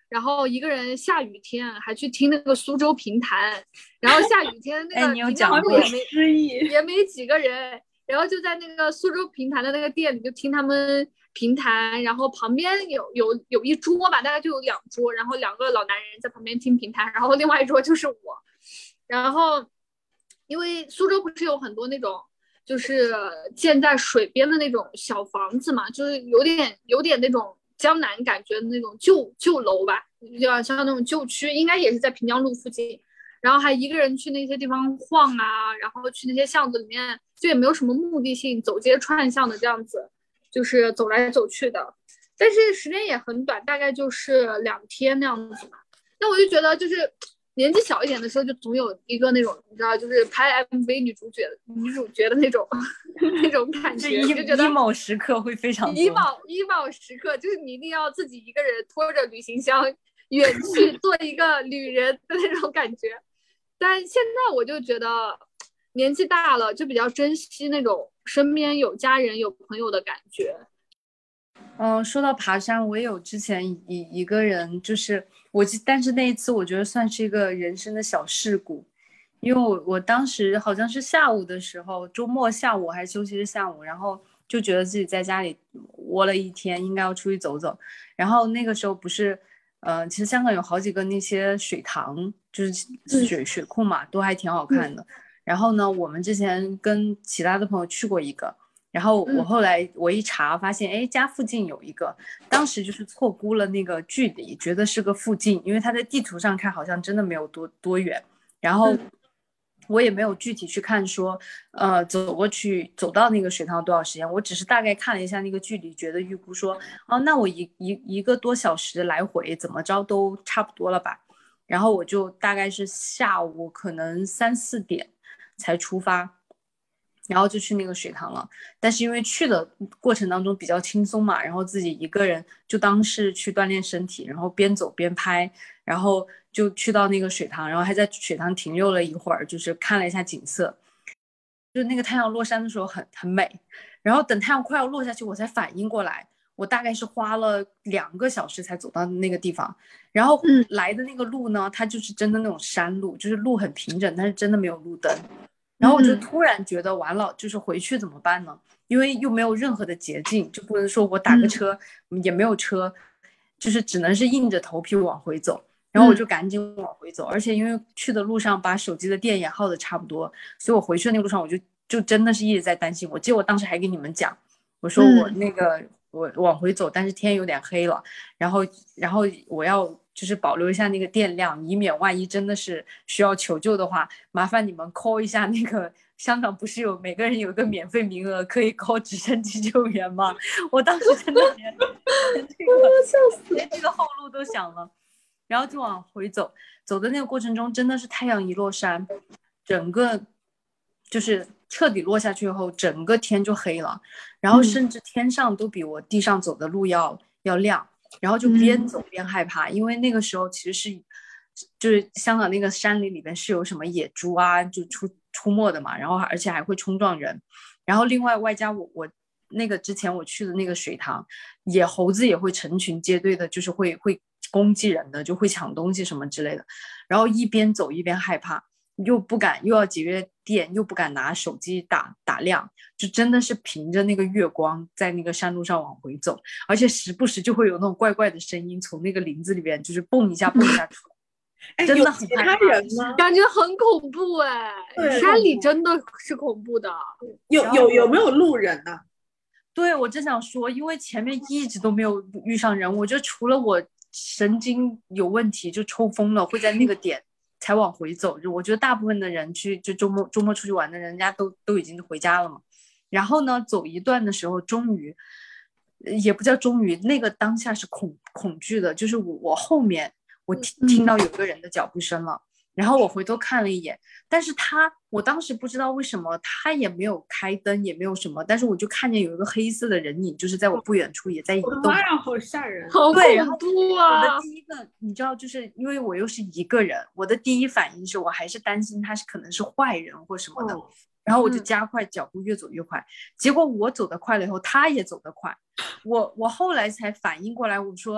B: 然后一个人下雨天还去听那个苏州评弹，然后下雨天那个评弹部也没
D: 诗意
B: 也没几个人，然后就在那个苏州评弹的那个店里就听他们评弹，然后旁边有有有一桌吧，大概就有两桌，然后两个老男人在旁边听评弹，然后另外一桌就是我，然后因为苏州不是有很多那种就是建在水边的那种小房子嘛，就是有点有点那种江南感觉的那种旧旧楼吧，有点像那种旧区，应该也是在平江路附近。然后还一个人去那些地方晃啊，然后去那些巷子里面，就也没有什么目的性，走街串巷的这样子，就是走来走去的。但是时间也很短，大概就是两天那样子嘛。那我就觉得，就是年纪小一点的时候，就总有一个那种，你知道，就是拍 M V 女主角女主角的那种那种感觉，就觉得
C: emo 时刻会非常多。
B: emo emo 时刻，就是你一定要自己一个人拖着旅行箱远去做一个旅人的那种感觉。但现在我就觉得年纪大了，就比较珍惜那种身边有家人有朋友的感觉。
C: 嗯，说到爬山，我也有之前一一个人，就是我，但是那一次我觉得算是一个人生的小事故，因为我我当时好像是下午的时候，周末下午还是休息日下午，然后就觉得自己在家里窝了一天，应该要出去走走。然后那个时候不是，呃，其实香港有好几个那些水塘，就是水水库嘛，都还挺好看的。然后呢，我们之前跟其他的朋友去过一个。然后我后来我一查发现，哎，家附近有一个，当时就是错估了那个距离，觉得是个附近，因为它在地图上看好像真的没有多多远。然后我也没有具体去看说，呃，走过去走到那个水塘多少时间，我只是大概看了一下那个距离，觉得预估说，哦，那我一一一个多小时来回，怎么着都差不多了吧。然后我就大概是下午可能三四点才出发。然后就去那个水塘了，但是因为去的过程当中比较轻松嘛，然后自己一个人就当是去锻炼身体，然后边走边拍，然后就去到那个水塘，然后还在水塘停留了一会儿，就是看了一下景色，就那个太阳落山的时候很很美，然后等太阳快要落下去，我才反应过来，我大概是花了两个小时才走到那个地方，然后来的那个路呢，它就是真的那种山路，就是路很平整，但是真的没有路灯。然后我就突然觉得完了，就是回去怎么办呢？因为又没有任何的捷径，就不能说我打个车，嗯、也没有车，就是只能是硬着头皮往回走。然后我就赶紧往回走，嗯、而且因为去的路上把手机的电也耗的差不多，所以我回去的那个路上我就就真的是一直在担心。我记得我当时还给你们讲，我说我那个、嗯、我往回走，但是天有点黑了，然后然后我要。就是保留一下那个电量，以免万一真的是需要求救的话，麻烦你们 call 一下那个香港不是有每个人有一个免费名额可以 call 直升机救援吗？我当时真的连这个连这个后路都想了，然后就往回走，走的那个过程中真的是太阳一落山，整个就是彻底落下去以后，整个天就黑了，然后甚至天上都比我地上走的路要要亮。然后就边走边害怕、嗯、因为那个时候其实是就是香港那个山林里面是有什么野猪啊就出出没的嘛，然后而且还会冲撞人，然后另外外加我我那个之前我去的那个水塘，野猴子也会成群结队的，就是会会攻击人的，就会抢东西什么之类的，然后一边走一边害怕，又不敢又要节约电，又不敢拿手机打打亮，就真的是凭着那个月光在那个山路上往回走，而且时不时就会有那种怪怪的声音从那个林子里边就是蹦一下蹦一下出来，真的很害怕。
D: 有其他人吗？
B: 感觉很恐怖哎、欸，山里真的是恐怖的。
D: 有有有没有路人呢、啊？
C: 对，我正想说，因为前面一直都没有遇上人，我觉得除了我神经有问题就抽风了会在那个点才往回走，就我觉得大部分的人去就周末周末出去玩的人家都都已经回家了嘛。然后呢，走一段的时候，终于也不叫终于，那个当下是恐恐惧的，就是我我后面我听听到有个人的脚步声了。嗯，然后我回头看了一眼，但是他我当时不知道为什么他也没有开灯也没有什么，但是我就看见有一个黑色的人影就是在我不远处也在移动。
D: 妈呀，好吓人！
B: 好恐怖啊！
C: 我的第一个你知道就是因为我又是一个人，我的第一反应是我还是担心他是可能是坏人或什么的、哦、然后我就加快脚步越走越快、嗯、结果我走得快了以后他也走得快，我我后来才反应过来，我说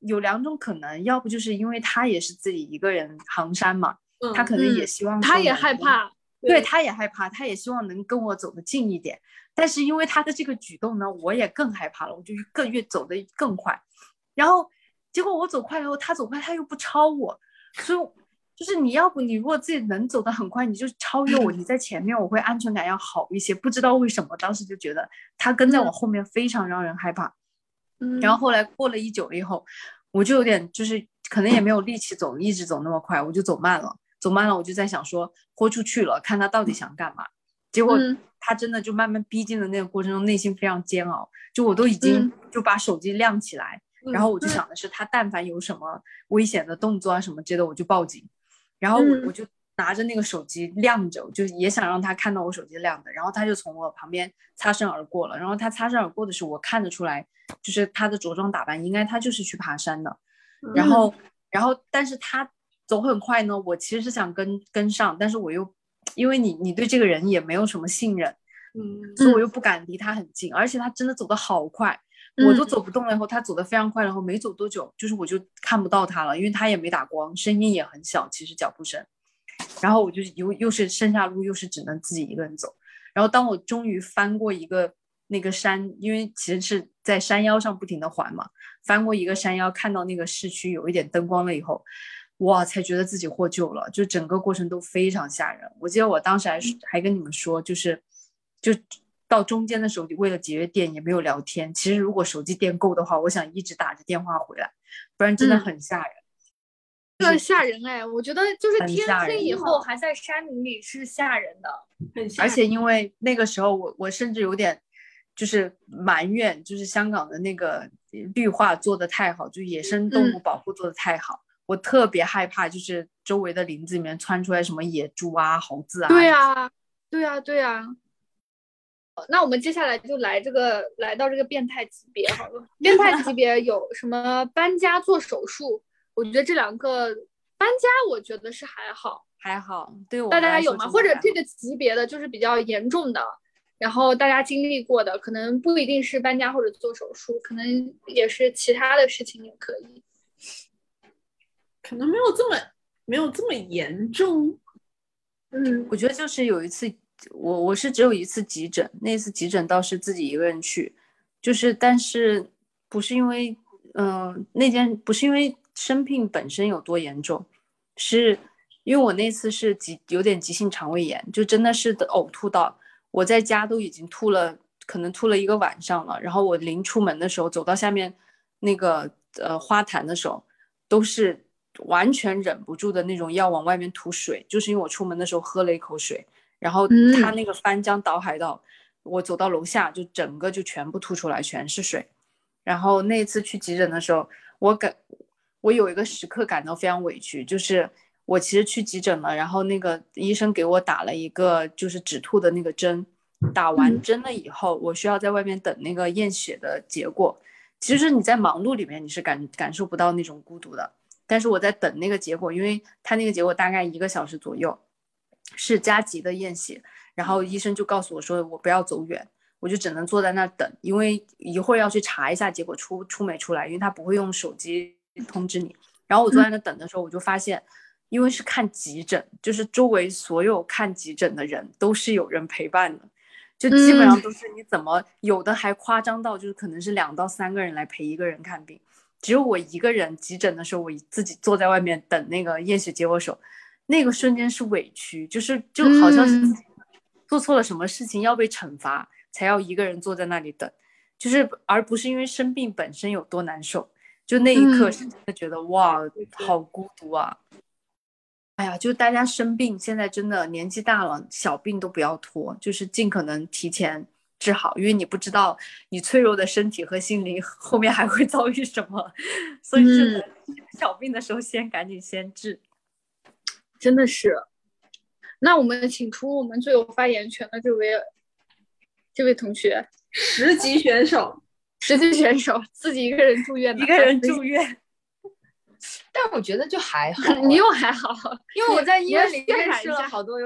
C: 有两种可能，要不就是因为他也是自己一个人航山嘛，
D: 嗯
C: 他可能也希望、
B: 嗯、他也害怕，
C: 对，他也害怕，他也希望能跟我走得近一点。但是因为他的这个举动呢，我也更害怕了，我就更越走得更快。然后结果我走快了后，他走快，他又不超我，所以就是你要不你如果自己能走得很快，你就超越我，你在前面，我会安全感要好一些。不知道为什么，当时就觉得他跟在我后面非常让人害怕。嗯、然后后来过了一久了以后，我就有点就是可能也没有力气走，一直走那么快，我就走慢了。走慢了，我就在想说豁出去了，看他到底想干嘛。结果他真的就慢慢逼近的那个过程中，内心非常煎熬，就我都已经就把手机亮起来，嗯、然后我就想的是他但凡有什么危险的动作啊什么之类的，我就报警。然后我我就拿着那个手机亮着，就也想让他看到我手机亮的。然后他就从我旁边擦身而过了。然后他擦身而过的时候，我看得出来，就是他的着装打扮应该他就是去爬山的。然后，然后但是他走很快呢，我其实是想跟跟上，但是我又因为你你对这个人也没有什么信任，嗯，所以我又不敢离他很近，而且他真的走得好快，我都走不动了以后，他走得非常快，然后没走多久，就是我就看不到他了，因为他也没打光，声音也很小，其实脚步声，然后我就又又是剩下路，又是只能自己一个人走。然后当我终于翻过一个那个山，因为其实是在山腰上不停的缓嘛，翻过一个山腰，看到那个市区有一点灯光了以后，哇，才觉得自己获救了，就整个过程都非常吓人。我记得我当时还还跟你们说，就是就到中间的时候，为了节约电也没有聊天。其实如果手机电够的话，我想一直打着电话回来，不然真的很吓人。
B: 这个吓人哎，我觉得就是天黑以后还在山林里是吓人的，
C: 很吓人。而且因为那个时候我我甚至有点就是埋怨，就是香港的那个绿化做得太好，就野生动物保护做得太好。嗯，我特别害怕，就是周围的林子里面窜出来什么野猪啊、猴子啊。
B: 对啊，对啊，对啊。那我们接下来就来这个，来到这个变态级别好了。变态级别有什么搬家、做手术？我觉得这两个搬家，我觉得是还好，
C: 还好。对我
B: 大家有吗？或者这个级别的就是比较严重的，然后大家经历过的，可能不一定是搬家或者做手术，可能也是其他的事情也可以。
D: 可能没有这么没有这么严重。
B: 嗯，
C: 我觉得就是有一次我我是只有一次急诊，那次急诊倒是自己一个人去，就是但是不是因为嗯、呃、那件不是因为生病本身有多严重，是因为我那次是急有点急性肠胃炎，就真的是呕吐到我在家都已经吐了，可能吐了一个晚上了，然后我临出门的时候走到下面那个呃花坛的时候都是完全忍不住的那种要往外面吐水，就是因为我出门的时候喝了一口水，然后他那个翻江倒海到、嗯、我走到楼下就整个就全部吐出来，全是水。然后那次去急诊的时候，我感我有一个时刻感到非常委屈，就是我其实去急诊了，然后那个医生给我打了一个就是止吐的那个针，打完针了以后、嗯、我需要在外面等那个验血的结果。其实你在忙碌里面你是感感受不到那种孤独的，但是我在等那个结果，因为他那个结果大概一个小时左右，是加急的验血，然后医生就告诉我说我不要走远，我就只能坐在那等，因为一会儿要去查一下结果出出没出来，因为他不会用手机通知你。然后我坐在那等的时候，我就发现因为是看急诊，就是周围所有看急诊的人都是有人陪伴的，就基本上都是你怎么有的还夸张到就是可能是两到三个人来陪一个人看病，只有我一个人急诊的时候，我自己坐在外面等那个验血结果手，那个瞬间是委屈，就是就好像是自己做错了什么事情要被惩罚，才要一个人坐在那里等，就是而不是因为生病本身有多难受，就那一刻是真的觉得、嗯、哇好孤独啊。哎呀，就大家生病现在真的年纪大了，小病都不要拖，就是尽可能提前治好，因为你不知道你脆弱的身体和心灵后面还会遭遇什么，所以是小病的时候先赶紧先治。
B: 真的是。那我们请出我们最有发言权的这位这位同学，
D: 十级选手，
B: 十级选手自己一个人住院，
C: 一个人住院。
E: 但我觉得就还好，
B: 你又还好，
E: 因为我在医院里认识了好多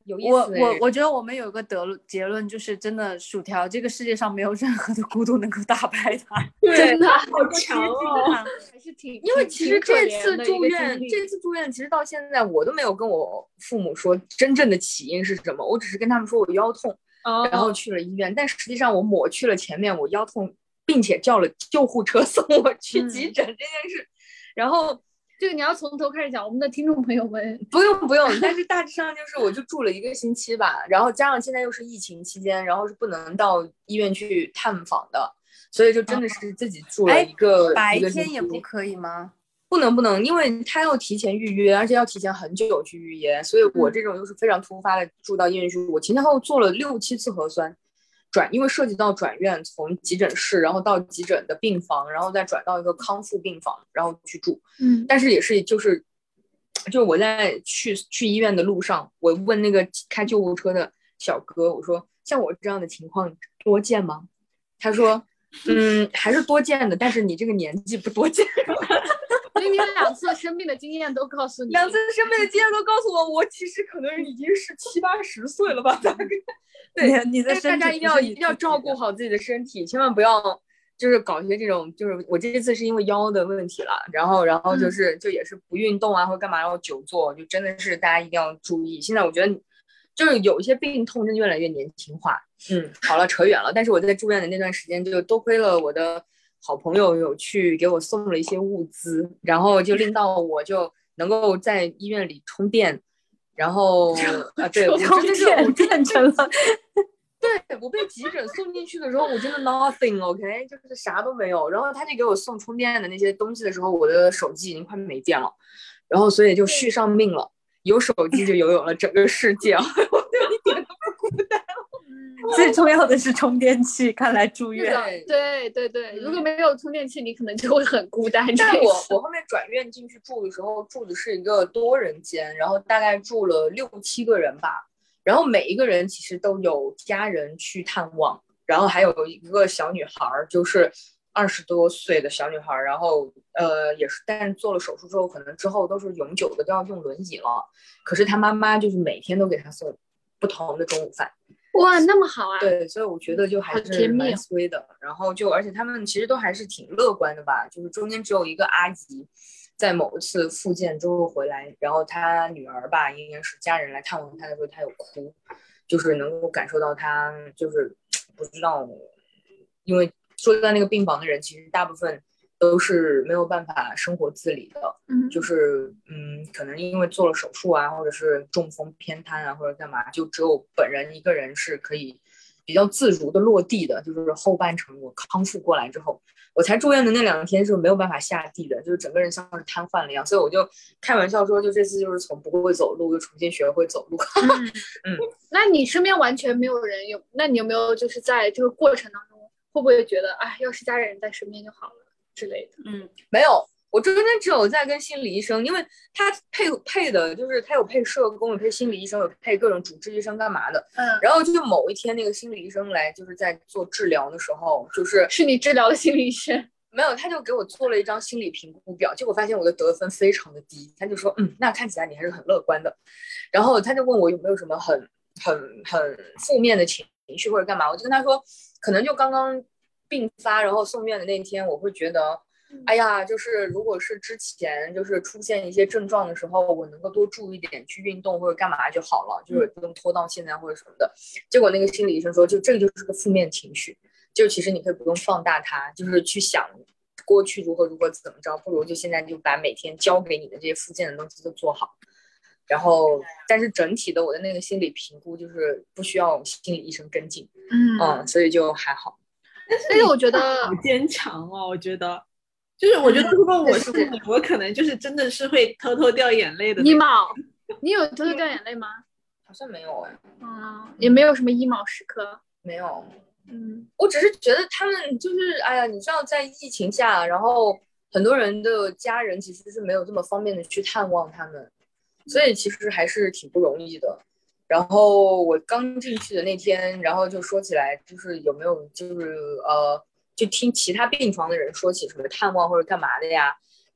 E: 有意
C: 我
E: 思哎。
C: 我我觉得我们有个得论结论，就是真的薯条这个世界上没有任何的孤独能够打败它。
B: 真的
D: 好强哦！
B: 还是挺
E: 因为其实这次住院，
B: 这
E: 这次住院其实到现在我都没有跟我父母说真正的起因是什么，我只是跟他们说我腰痛，
B: 哦、
E: 然后去了医院，但实际上我抹去了前面我腰痛，并且叫了救护车送我去急诊这件事，嗯、然后。
B: 这个你要从头开始讲，我们的听众朋友们
E: 不用不用，但是大致上就是我就住了一个星期吧，然后加上现在又是疫情期间，然后是不能到医院去探访的，所以就真的是自己住了一个、
C: 哦、白
E: 一个
C: 天也不可以吗？
E: 不能不能，因为他要提前预约，而且要提前很久去预约，所以我这种又是非常突发的住到医院去，我前前后后做了六七次核酸。转，因为涉及到转院，从急诊室，然后到急诊的病房，然后再转到一个康复病房，然后去住。
B: 嗯，
E: 但是也是就是就是我在去去医院的路上，我问那个开救护车的小哥，我说像我这样的情况多见吗？他说嗯还是多见的，但是你这个年纪不多见。
B: 所以你两次生病的经验都告诉你，
E: 两次生病的经验都告诉我，我其实可能已经是七八十岁了吧，大概。对，
C: 你的身体
E: 大家一定要一定要照顾好自己的身体，千万不要就是搞一些这种，就是我这次是因为腰的问题了，然后然后就是、嗯、就也是不运动啊或者干嘛，然后久坐，就真的是大家一定要注意。现在我觉得就是有一些病痛真的越来越年轻化。嗯，好了，扯远了。但是我在住院的那段时间，就多亏了我的好朋友有去给我送了一些物资，然后就令到我就能够在医院里充电。然后啊，对，我真的是我变成了，对我被急诊送进去的时候，我真的 nothing，OK， 就是啥都没有。然后他就给我送充电的那些东西的时候，我的手机已经快没电了，然后所以就续上命了，有手机就拥有了整个世界，我就一点都不孤单。
C: 最重要的是充电器，看来住院。
B: 对对对，如果没有充电器，你可能就会很孤单。
E: 但我我后面转院进去住的时候，住的是一个多人间，然后大概住了六七个人吧。然后每一个人其实都有家人去探望，然后还有一个小女孩，就是二十多岁的小女孩，然后呃也是，但是做了手术之后，可能之后都是永久的都要用轮椅了。可是她妈妈就是每天都给她送不同的中午饭。
B: 哇，那么好啊！
E: 对，所以我觉得就还是蛮衰的。然后就而且他们其实都还是挺乐观的吧，就是中间只有一个阿姨在某一次复健之后回来，然后她女儿吧，应该是家人来探望她的时候，她有哭，就是能够感受到她就是不知道，因为住在那个病房的人其实大部分都是没有办法生活自理的，
B: 嗯，
E: 就是嗯，可能因为做了手术啊，或者是中风偏瘫啊，或者干嘛，就只有本人一个人是可以比较自如的落地的。就是后半程我康复过来之后，我才住院的那两天是没有办法下地的，就是整个人像是瘫痪了一样。所以我就开玩笑说，就这次就是从不会走路又重新学会走路。
B: 嗯嗯，那你身边完全没有人有？那你有没有就是在这个过程当中，会不会觉得，哎，要是家人在身边就好了？之类的。
E: 嗯，没有，我中间只有在跟心理医生，因为他配配的就是他有配社工，有配心理医生，有配各种主治医生干嘛的。
B: 嗯，
E: 然后就某一天那个心理医生来，就是在做治疗的时候，就是
B: 是你治疗的心理医生？
E: 没有，他就给我做了一张心理评估表，结果发现我的得分非常的低，他就说，嗯，那看起来你还是很乐观的。然后他就问我有没有什么很很很负面的情绪或者干嘛，我就跟他说，可能就刚刚病发，然后送院的那天，我会觉得，哎呀，就是如果是之前就是出现一些症状的时候，我能够多注意点去运动或者干嘛就好了，就是不用拖到现在或者什么的。结果那个心理医生说，就这个就是个负面情绪，就其实你可以不用放大它，就是去想过去如何如何怎么着，不如就现在就把每天交给你的这些复健的东西都做好。然后，但是整体的我的那个心理评估就是不需要心理医生跟进，
B: 嗯
E: 嗯，所以就还好。
B: 但是我觉得
D: 好坚强哦，我觉得，就是我觉得如果我是你，我可能就是真的是会偷偷掉眼泪的。
B: 一毛，你有偷偷掉眼泪吗？
E: 好像没有哎，
B: 嗯，也没有什么一毛时刻，
E: 没有。
B: 嗯，
E: 我只是觉得他们就是，哎呀，你知道，在疫情下，然后很多人的家人其实是没有这么方便的去探望他们，所以其实还是挺不容易的。然后我刚进去的那天，然后就说起来，就是有没有就是呃，就听其他病床的人说起什么探望或者干嘛的呀。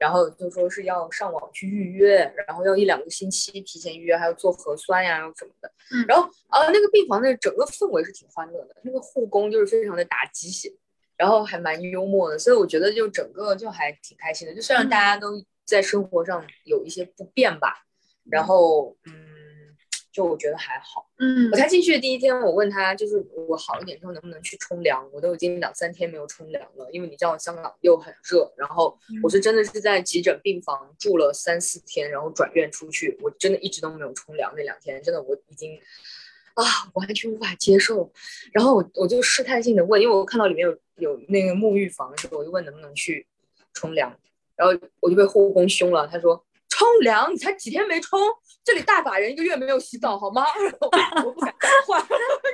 E: 然后就说是要上网去预约，然后要一两个星期提前预约，还要做核酸呀什么的。
B: 嗯
E: 然后啊、呃，那个病房的整个氛围是挺欢乐的，那个护工就是非常的打鸡血，然后还蛮幽默的，所以我觉得就整个就还挺开心的。就虽然大家都在生活上有一些不便吧，然后嗯。就我觉得还好，
B: 嗯
E: 我才进去的第一天，我问他，就是我好一点之后能不能去冲凉，我都已经两三天没有冲凉了，因为你知道香港又很热，然后我是真的是在急诊病房住了三四天，然后转院出去，我真的一直都没有冲凉，那两天真的我已经啊完全无法接受，然后我我就试探性的问，因为我看到里面有有那个沐浴房，所以我就问能不能去冲凉，然后我就被护工凶了，他说冲凉你才几天没冲，这里大把人一个月没有洗澡好吗？我不敢讲话。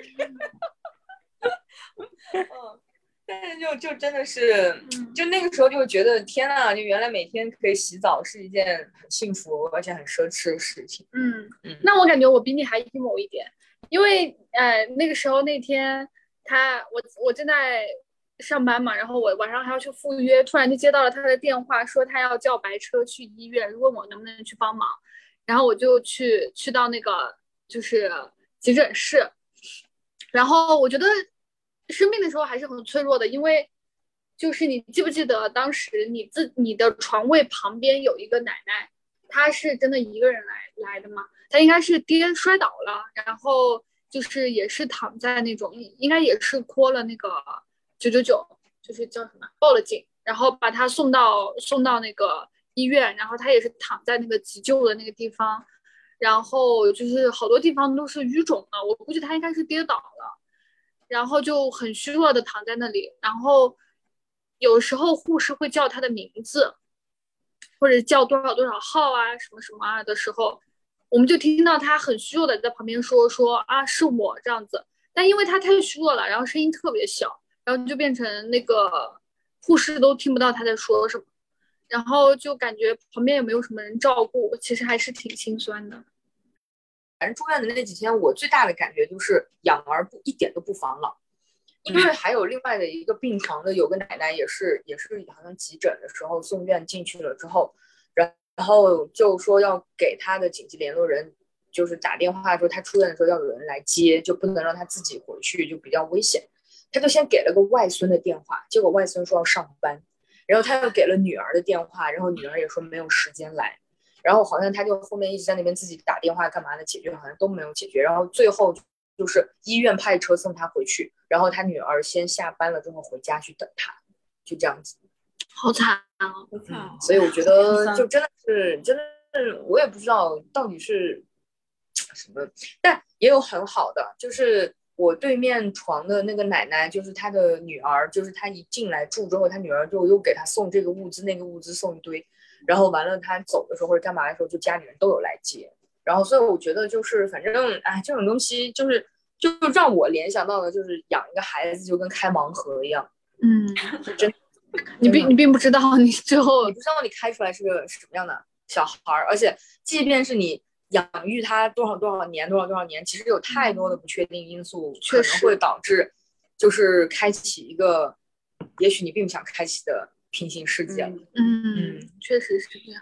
E: 嗯，但是就就真的是，就那个时候就觉得天呐，就原来每天可以洗澡是一件很幸福而且很奢侈的事情。
B: 嗯
E: 嗯，
B: 那我感觉我比你还 emo 一点，因为呃那个时候那天他我我正在上班嘛，然后我晚上还要去赴约，突然就接到了他的电话，说他要叫白车去医院，问我能不能去帮忙，然后我就去去到那个就是急诊室，然后我觉得生病的时候还是很脆弱的，因为就是你记不记得当时你自你的床位旁边有一个奶奶，她是真的一个人来来的吗？她应该是跌摔倒了，然后就是也是躺在那种，应该也是 call 了那个九九九，就是叫什么报了警，然后把她送到送到那个医院，然后她也是躺在那个急救的那个地方，然后就是好多地方都是淤肿的，我估计她应该是跌倒了，然后就很虚弱的躺在那里，然后有时候护士会叫她的名字，或者叫多少多少号啊什么什么啊的时候，我们就听到她很虚弱的在旁边说说啊是我这样子，但因为她太虚弱了，然后声音特别小，然后就变成那个护士都听不到她在说什么，然后就感觉旁边也没有什么人照顾，其实还是挺心酸的。
E: 反正住院的那几天，我最大的感觉就是养儿不一点都不防老，因为还有另外的一个病床的有个奶奶也是也是好像急诊的时候送院进去了之后，然后就说要给他的紧急联络人就是打电话说他出院的时候要有人来接，就不能让他自己回去，就比较危险。他就先给了个外孙的电话，结果外孙说要上班，然后他又给了女儿的电话，然后女儿也说没有时间来。然后好像他就后面一直在那边自己打电话干嘛的解决，好像都没有解决。然后最后就是医院派车送他回去，然后他女儿先下班了之后回家去等他，就这样子。
B: 好惨啊！
E: 嗯，所以我觉得就真的是真的是我也不知道到底是什么，但也有很好的，就是我对面床的那个奶奶，就是她的女儿，就是她一进来住之后，她女儿就又给她送这个物资那个物资送一堆。然后完了，他走的时候或者干嘛的时候，就家里人都有来接。然后，所以我觉得就是，反正哎，这种东西就是，就让我联想到的就是养一个孩子就跟开盲盒一样。
B: 嗯，
E: 是真。
B: 你并你并不知道你最后，
E: 你不知道你开出来是个什么样的小孩，而且即便是你养育他多少多少年多少多少年，其实有太多的不确定因素，可能会导致就是开启一个也许你并不想开启的平行世界。
B: 嗯嗯，确实是这样。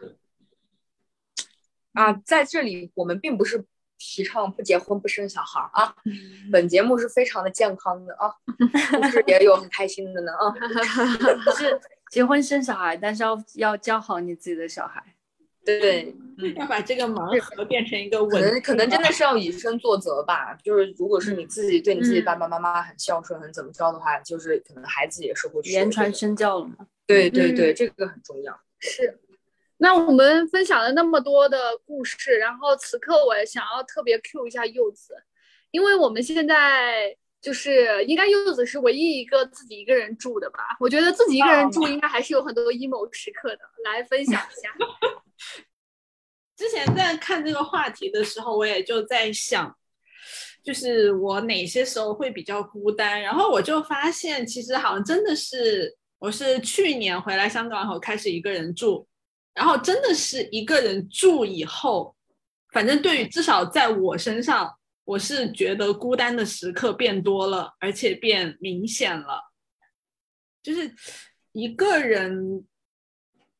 E: 啊，在这里我们并不是提倡不结婚不生小孩啊，
B: 嗯、
E: 本节目是非常的健康的啊，不是也有很开心的呢啊，
C: 是结婚生小孩，但是要要教好你自己的小孩。
E: 对，
D: 嗯，要把这个盲盒变成一个稳定的，
E: 可能可能真的是要以身作则吧。就是如果是你自己对你自己爸爸妈妈很孝顺，很怎么着的话，就是可能孩子也是会
C: 言传身教了嘛。
E: 对对对，这个很重要。
B: 是。那我们分享了那么多的故事，然后此刻我也想要特别 Q 一下柚子，因为我们现在就是应该柚子是唯一一个自己一个人住的吧？我觉得自己一个人住应该还是有很多 emo 时刻的，来分享一下。
D: 之前在看这个话题的时候，我也就在想，就是我哪些时候会比较孤单，然后我就发现其实好像真的是我是去年回来香港后开始一个人住，然后真的是一个人住以后，反正对于至少在我身上，我是觉得孤单的时刻变多了，而且变明显了。就是一个人，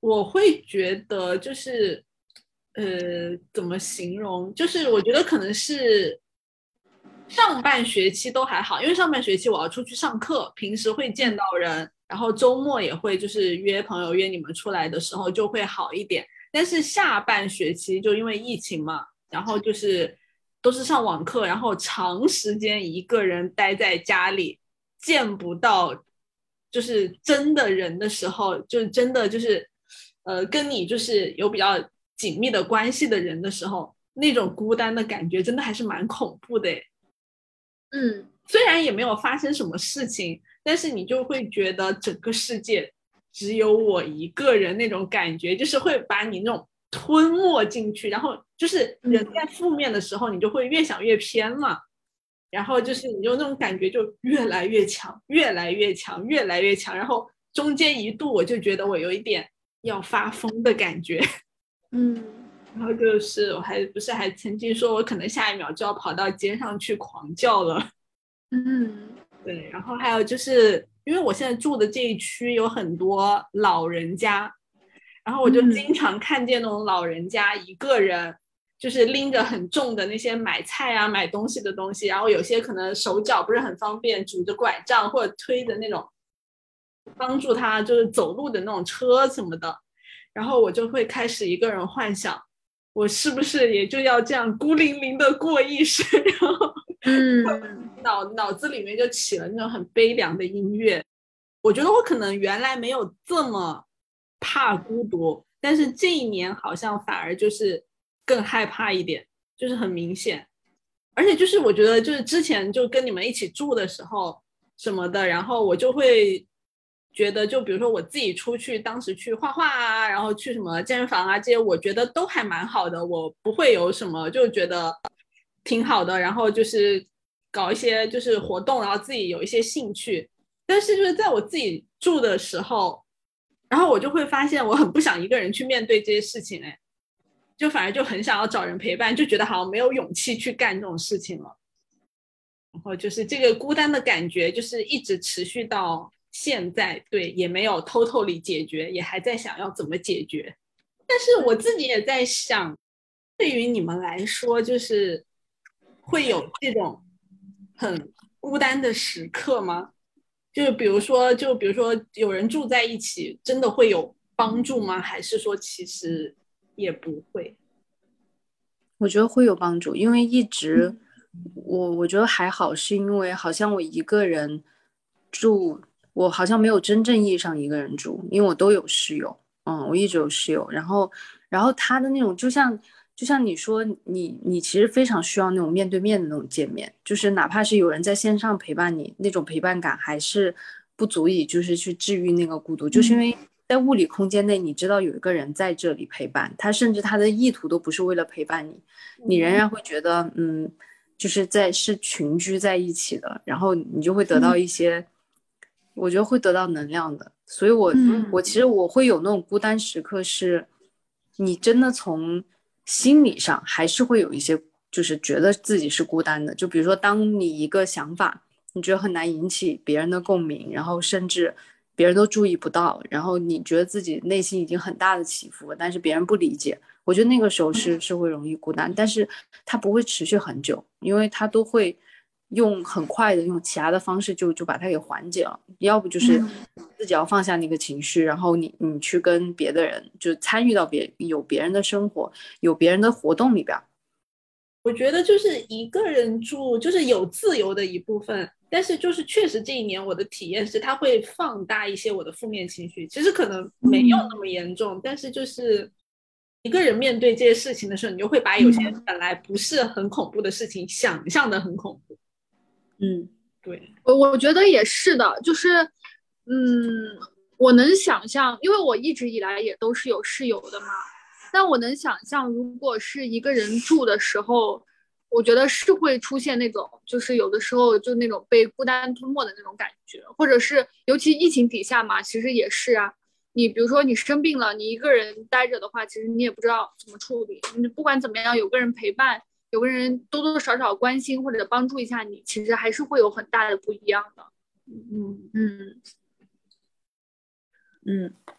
D: 我会觉得就是呃怎么形容，就是我觉得可能是上半学期都还好，因为上半学期我要出去上课，平时会见到人，然后周末也会就是约朋友约你们出来的时候就会好一点。但是下半学期就因为疫情嘛，然后就是都是上网课，然后长时间一个人待在家里，见不到就是真的人的时候，就真的就是呃跟你就是有比较紧密的关系的人的时候，那种孤单的感觉真的还是蛮恐怖的诶。
B: 嗯，
D: 虽然也没有发生什么事情，但是你就会觉得整个世界只有我一个人，那种感觉就是会把你那种吞没进去，然后就是人在负面的时候你就会越想越偏嘛，然后就是你就那种感觉就越来越强越来越强越来越强，然后中间一度我就觉得我有一点要发疯的感觉。
B: 嗯，
D: 然后就是我还不是还曾经说我可能下一秒就要跑到街上去狂叫了。
B: 嗯，
D: 对，然后还有就是因为我现在住的这一区有很多老人家，然后我就经常看见那种老人家一个人就是拎着很重的那些买菜啊买东西的东西，然后有些可能手脚不是很方便，拄着拐杖或者推着那种帮助他就是走路的那种车什么的，然后我就会开始一个人幻想我是不是也就要这样孤零零的过一生，然后
B: 嗯，
D: 脑脑子里面就起了那种很悲凉的音乐。我觉得我可能原来没有这么怕孤独，但是这一年好像反而就是更害怕一点，就是很明显。而且就是我觉得就是之前就跟你们一起住的时候什么的，然后我就会觉得就比如说我自己出去当时去画画啊，然后去什么健身房啊，这些我觉得都还蛮好的，我不会有什么就觉得挺好的，然后就是搞一些就是活动，然后自己有一些兴趣。但是就是在我自己住的时候，然后我就会发现我很不想一个人去面对这些事情，哎，就反而就很想要找人陪伴，就觉得好像没有勇气去干这种事情了。然后就是这个孤单的感觉就是一直持续到现在，对，也没有 totally 解决，也还在想要怎么解决。但是我自己也在想，对于你们来说就是会有这种很孤单的时刻吗？就是比如说就比如说有人住在一起真的会有帮助吗？还是说其实也不会？
C: 我觉得会有帮助，因为一直我我觉得还好，是因为好像我一个人住，我好像没有真正意义上一个人住，因为我都有室友，嗯，我一直有室友，然后然后他的那种就像就像你说，你你其实非常需要那种面对面的那种见面，就是哪怕是有人在线上陪伴你，那种陪伴感还是不足以就是去治愈那个孤独，就是因为在物理空间内，你知道有一个人在这里陪伴他，甚至他的意图都不是为了陪伴你，你仍然会觉得嗯，就是在是群居在一起的，然后你就会得到一些，我觉得会得到能量的。所以我我其实我会有那种孤单时刻，是你真的从心理上还是会有一些，就是觉得自己是孤单的。就比如说，当你一个想法，你觉得很难引起别人的共鸣，然后甚至别人都注意不到，然后你觉得自己内心已经很大的起伏，但是别人不理解，我觉得那个时候是是会容易孤单，但是它不会持续很久，因为它都会用很快的用其他的方式就就把它给缓解了，要不就是自己要放下那个情绪，然后你你去跟别的人就参与到别有别人的生活，有别人的活动里边。
D: 我觉得就是一个人住就是有自由的一部分，但是就是确实这一年我的体验是它会放大一些我的负面情绪，其实可能没有那么严重，但是就是一个人面对这些事情的时候，你就会把有些本来不是很恐怖的事情想象的很恐怖。
C: 嗯，
D: 对，
B: 我我觉得也是的，就是嗯，我能想象，因为我一直以来也都是有室友的嘛，但我能想象，如果是一个人住的时候，我觉得是会出现那种，就是有的时候就那种被孤单吞没的那种感觉，或者是尤其疫情底下嘛，其实也是啊。你比如说你生病了，你一个人待着的话，其实你也不知道怎么处理。你不管怎么样，有个人陪伴，有个人多多少少关心或者帮助一下你，其实还是会有很大的不一样的。
D: 嗯
B: 嗯
C: 嗯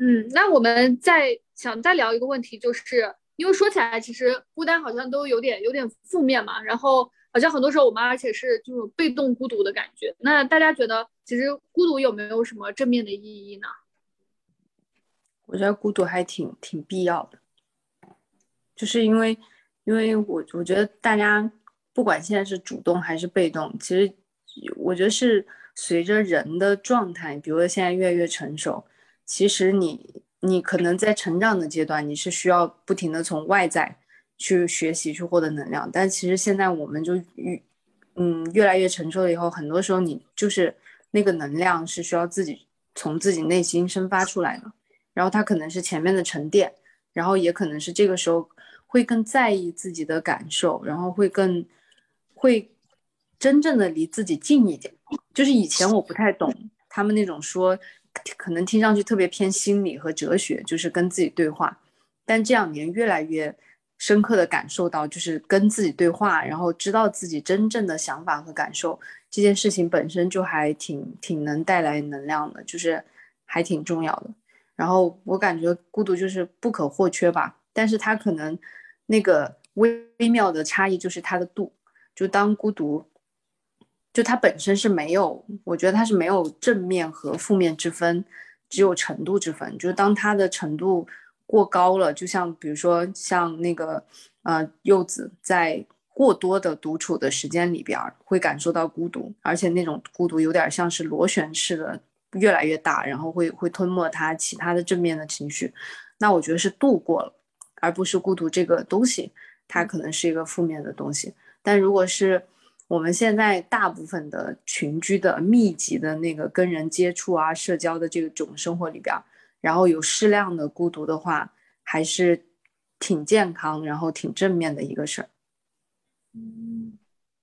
B: 嗯，那我们再想再聊一个问题，就是因为说起来，其实孤单好像都有点有点负面嘛，然后好像很多时候我们而且是这种被动孤独的感觉。那大家觉得，其实孤独有没有什么正面的意义呢？
C: 我觉得孤独还挺挺必要的，就是因为因为我我觉得大家不管现在是主动还是被动，其实我觉得是随着人的状态，比如说现在越来越成熟，其实你你可能在成长的阶段，你是需要不停的从外在去学习去获得能量，但其实现在我们就越嗯越来越成熟了以后，很多时候你就是那个能量是需要自己从自己内心生发出来的。然后它可能是前面的沉淀，然后也可能是这个时候会更在意自己的感受，然后会更会真正的离自己近一点。就是以前我不太懂他们那种说可能听上去特别偏心理和哲学，就是跟自己对话，但这两年越来越深刻的感受到，就是跟自己对话，然后知道自己真正的想法和感受，这件事情本身就还挺挺能带来能量的，就是还挺重要的。然后我感觉孤独就是不可或缺吧，但是它可能那个微妙的差异就是它的度，就当孤独就它本身是没有，我觉得它是没有正面和负面之分，只有程度之分，就是当它的程度过高了，就像比如说像那个呃柚子在过多的独处的时间里边会感受到孤独，而且那种孤独有点像是螺旋式的越来越大，然后会会吞没他其他的正面的情绪，那我觉得是度过了，而不是孤独这个东西它可能是一个负面的东西。但如果是我们现在大部分的群居的密集的那个跟人接触啊社交的这种生活里边，然后有适量的孤独的话，还是挺健康然后挺正面的一个事儿。
B: 嗯，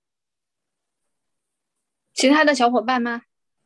B: 其他的小伙伴吗？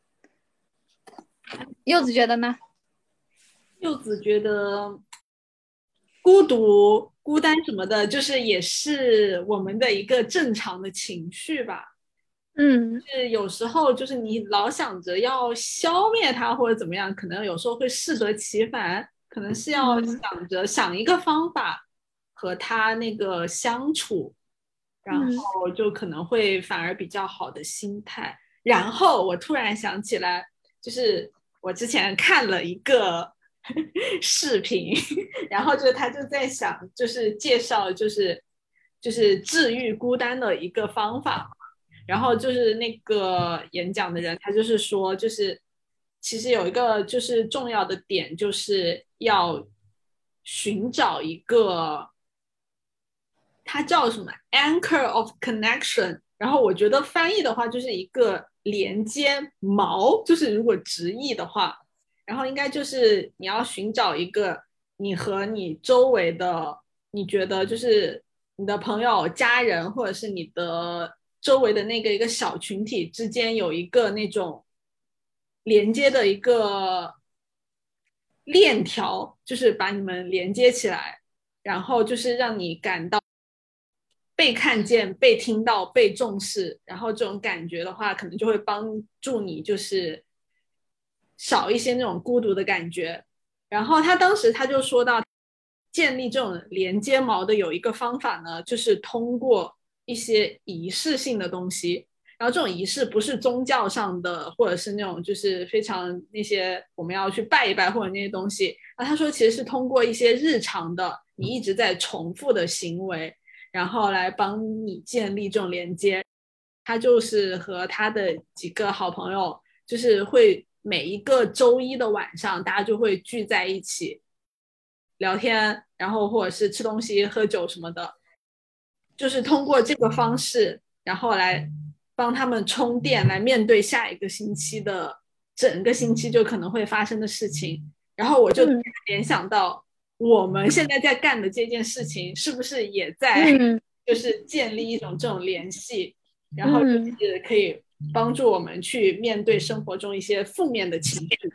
B: 柚子觉得呢？
D: 柚子觉得孤独、孤单什么的，就是也是我们的一个正常的情绪吧。
B: 嗯，
D: 是有时候就是你老想着要消灭它或者怎么样，可能有时候会适得其反，可能是要想着想一个方法和它那个相处，然后就可能会反而比较好的心态。然后我突然想起来，就是我之前看了一个视频，然后就他就在想，就是介绍就是就是治愈孤单的一个方法。然后就是那个演讲的人，他就是说，就是其实有一个就是重要的点，就是要寻找一个，它叫什么 anchor of connection。然后我觉得翻译的话就是一个连接锚，就是如果直译的话，然后应该就是你要寻找一个你和你周围的，你觉得就是你的朋友、家人，或者是你的周围的那个一个小群体之间有一个那种连接的一个链条，就是把你们连接起来，然后就是让你感到被看见、被听到、被重视，然后这种感觉的话，可能就会帮助你就是少一些那种孤独的感觉。然后他当时他就说到，建立这种连接锚的有一个方法呢，就是通过一些仪式性的东西。然后这种仪式不是宗教上的，或者是那种就是非常那些我们要去拜一拜或者那些东西。然后他说，其实是通过一些日常的你一直在重复的行为，然后来帮你建立这种连接。他就是和他的几个好朋友，就是会每一个周一的晚上，大家就会聚在一起聊天，然后或者是吃东西、喝酒什么的，就是通过这个方式，然后来帮他们充电，来面对下一个星期的整个星期就可能会发生的事情。然后我就联想到，我们现在在干的这件事情，是不是也在就是建立一种这种联系，然后就是可以帮助我们去面对生活中一些负面的情绪。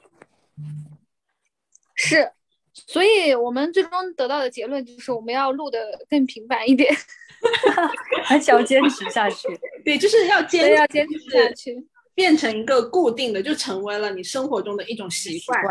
B: 是，所以我们最终得到的结论就是我们要录的更频繁一点，
C: 而且要坚持下去。
D: 对，就是要坚持，
B: 要坚持下去，
D: 变成一个固定的，就成为了你生活中的一种习惯。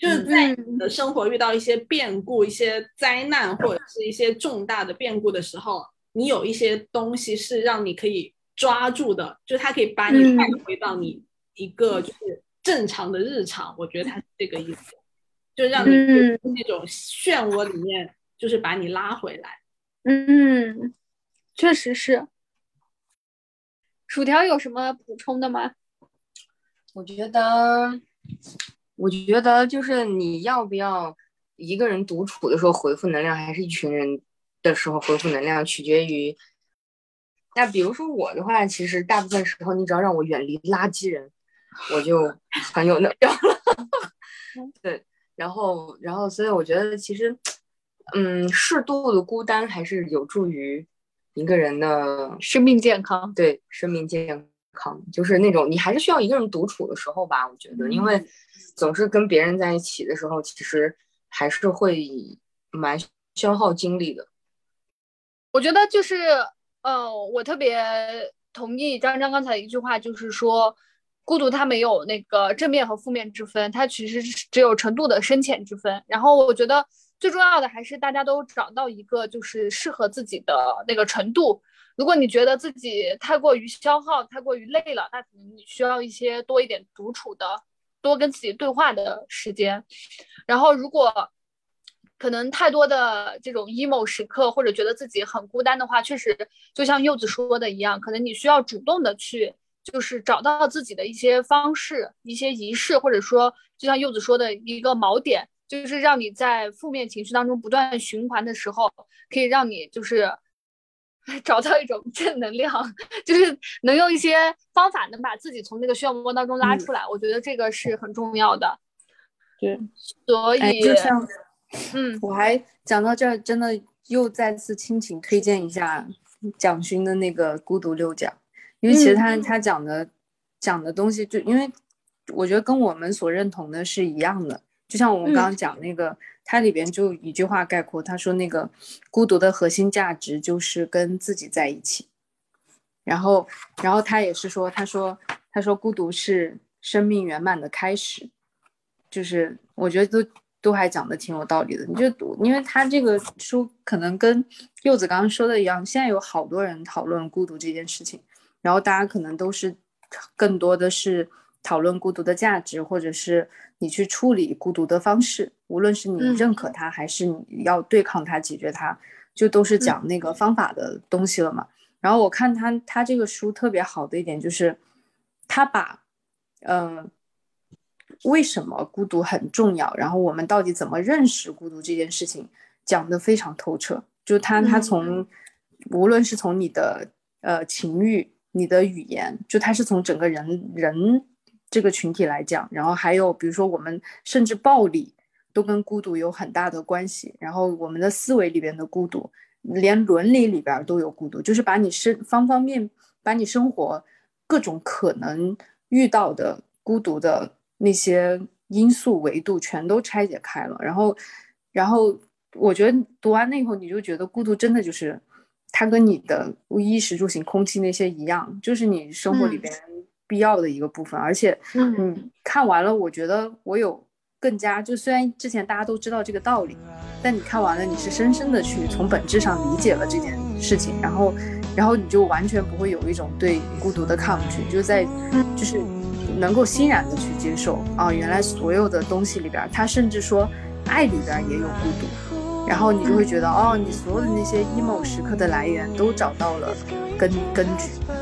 D: 就是在你的生活遇到一些变故、一些灾难或者是一些重大的变故的时候，你有一些东西是让你可以抓住的，就是它可以把你带回到你一个就是正常的日常。我觉得它是这个意思，就让你那种漩涡里面，就是把你拉回来。
B: 嗯，确实是。薯条有什么补充的吗？
C: 我觉得，我觉得就是你要不要一个人独处的时候回复能量，还是一群人的时候回复能量，取决于。那比如说我的话，其实大部分时候你只要让我远离垃圾人，我就很有能量了。对，然后，然后，所以我觉得其实，嗯，适度的孤单还是有助于一个人的
B: 生命健康。
C: 对，生命健康，就是那种你还是需要一个人独处的时候吧，我觉得，因为总是跟别人在一起的时候，其实还是会蛮消耗精力的。
B: 我觉得就是，呃，我特别同意张张刚才的一句话，就是说，孤独它没有那个正面和负面之分，它其实只有程度的深浅之分。然后我觉得最重要的还是大家都找到一个就是适合自己的那个程度。如果你觉得自己太过于消耗、太过于累了，那可能你需要一些多一点独处的、多跟自己对话的时间。然后如果可能太多的这种 emo 时刻，或者觉得自己很孤单的话，确实就像柚子说的一样，可能你需要主动的去就是找到自己的一些方式、一些仪式，或者说就像柚子说的一个锚点，就是让你在负面情绪当中不断循环的时候，可以让你就是找到一种正能量，就是能用一些方法能把自己从那个漩涡当中拉出来、嗯、我觉得这个是很重要的。
C: 对，
B: 所以、
C: 哎、就像
B: 嗯，
C: 我还讲到这儿，真的又再次亲情推荐一下蒋勋的那个《孤独六讲》，因为其实他、嗯、他讲的讲的东西，就因为我觉得跟我们所认同的是一样的。就像我们刚刚讲那个，嗯、它里边就一句话概括，他说那个孤独的核心价值就是跟自己在一起。然后，然后他也是说，他说他说孤独是生命圆满的开始，就是我觉得都。都还讲的挺有道理的，你就因为他这个书可能跟柚子刚刚说的一样，现在有好多人讨论孤独这件事情，然后大家可能都是更多的是讨论孤独的价值，或者是你去处理孤独的方式，无论是你认可它还是你要对抗它解决它，就都是讲那个方法的东西了嘛。然后我看他他这个书特别好的一点就是他把嗯、呃为什么孤独很重要，然后我们到底怎么认识孤独这件事情讲得非常透彻。就他他从、嗯、无论是从你的呃情欲，你的语言，就他是从整个人人这个群体来讲，然后还有比如说我们甚至暴力都跟孤独有很大的关系，然后我们的思维里边的孤独，连伦理里边都有孤独，就是把你生方方面把你生活各种可能遇到的孤独的那些因素维度全都拆解开了。然后然后我觉得读完那以后你就觉得孤独真的就是它跟你的衣食住行空气那些一样，就是你生活里边必要的一个部分、嗯、而且嗯，看完了我觉得我有更加就虽然之前大家都知道这个道理，但你看完了你是深深的去从本质上理解了这件事情，然后然后你就完全不会有一种对孤独的抗拒，就在就是能够欣然的去接受啊，原来所有的东西里边，他甚至说爱里边也有孤独，然后你就会觉得哦，你所有的那些 emo 时刻的来源都找到了根根据。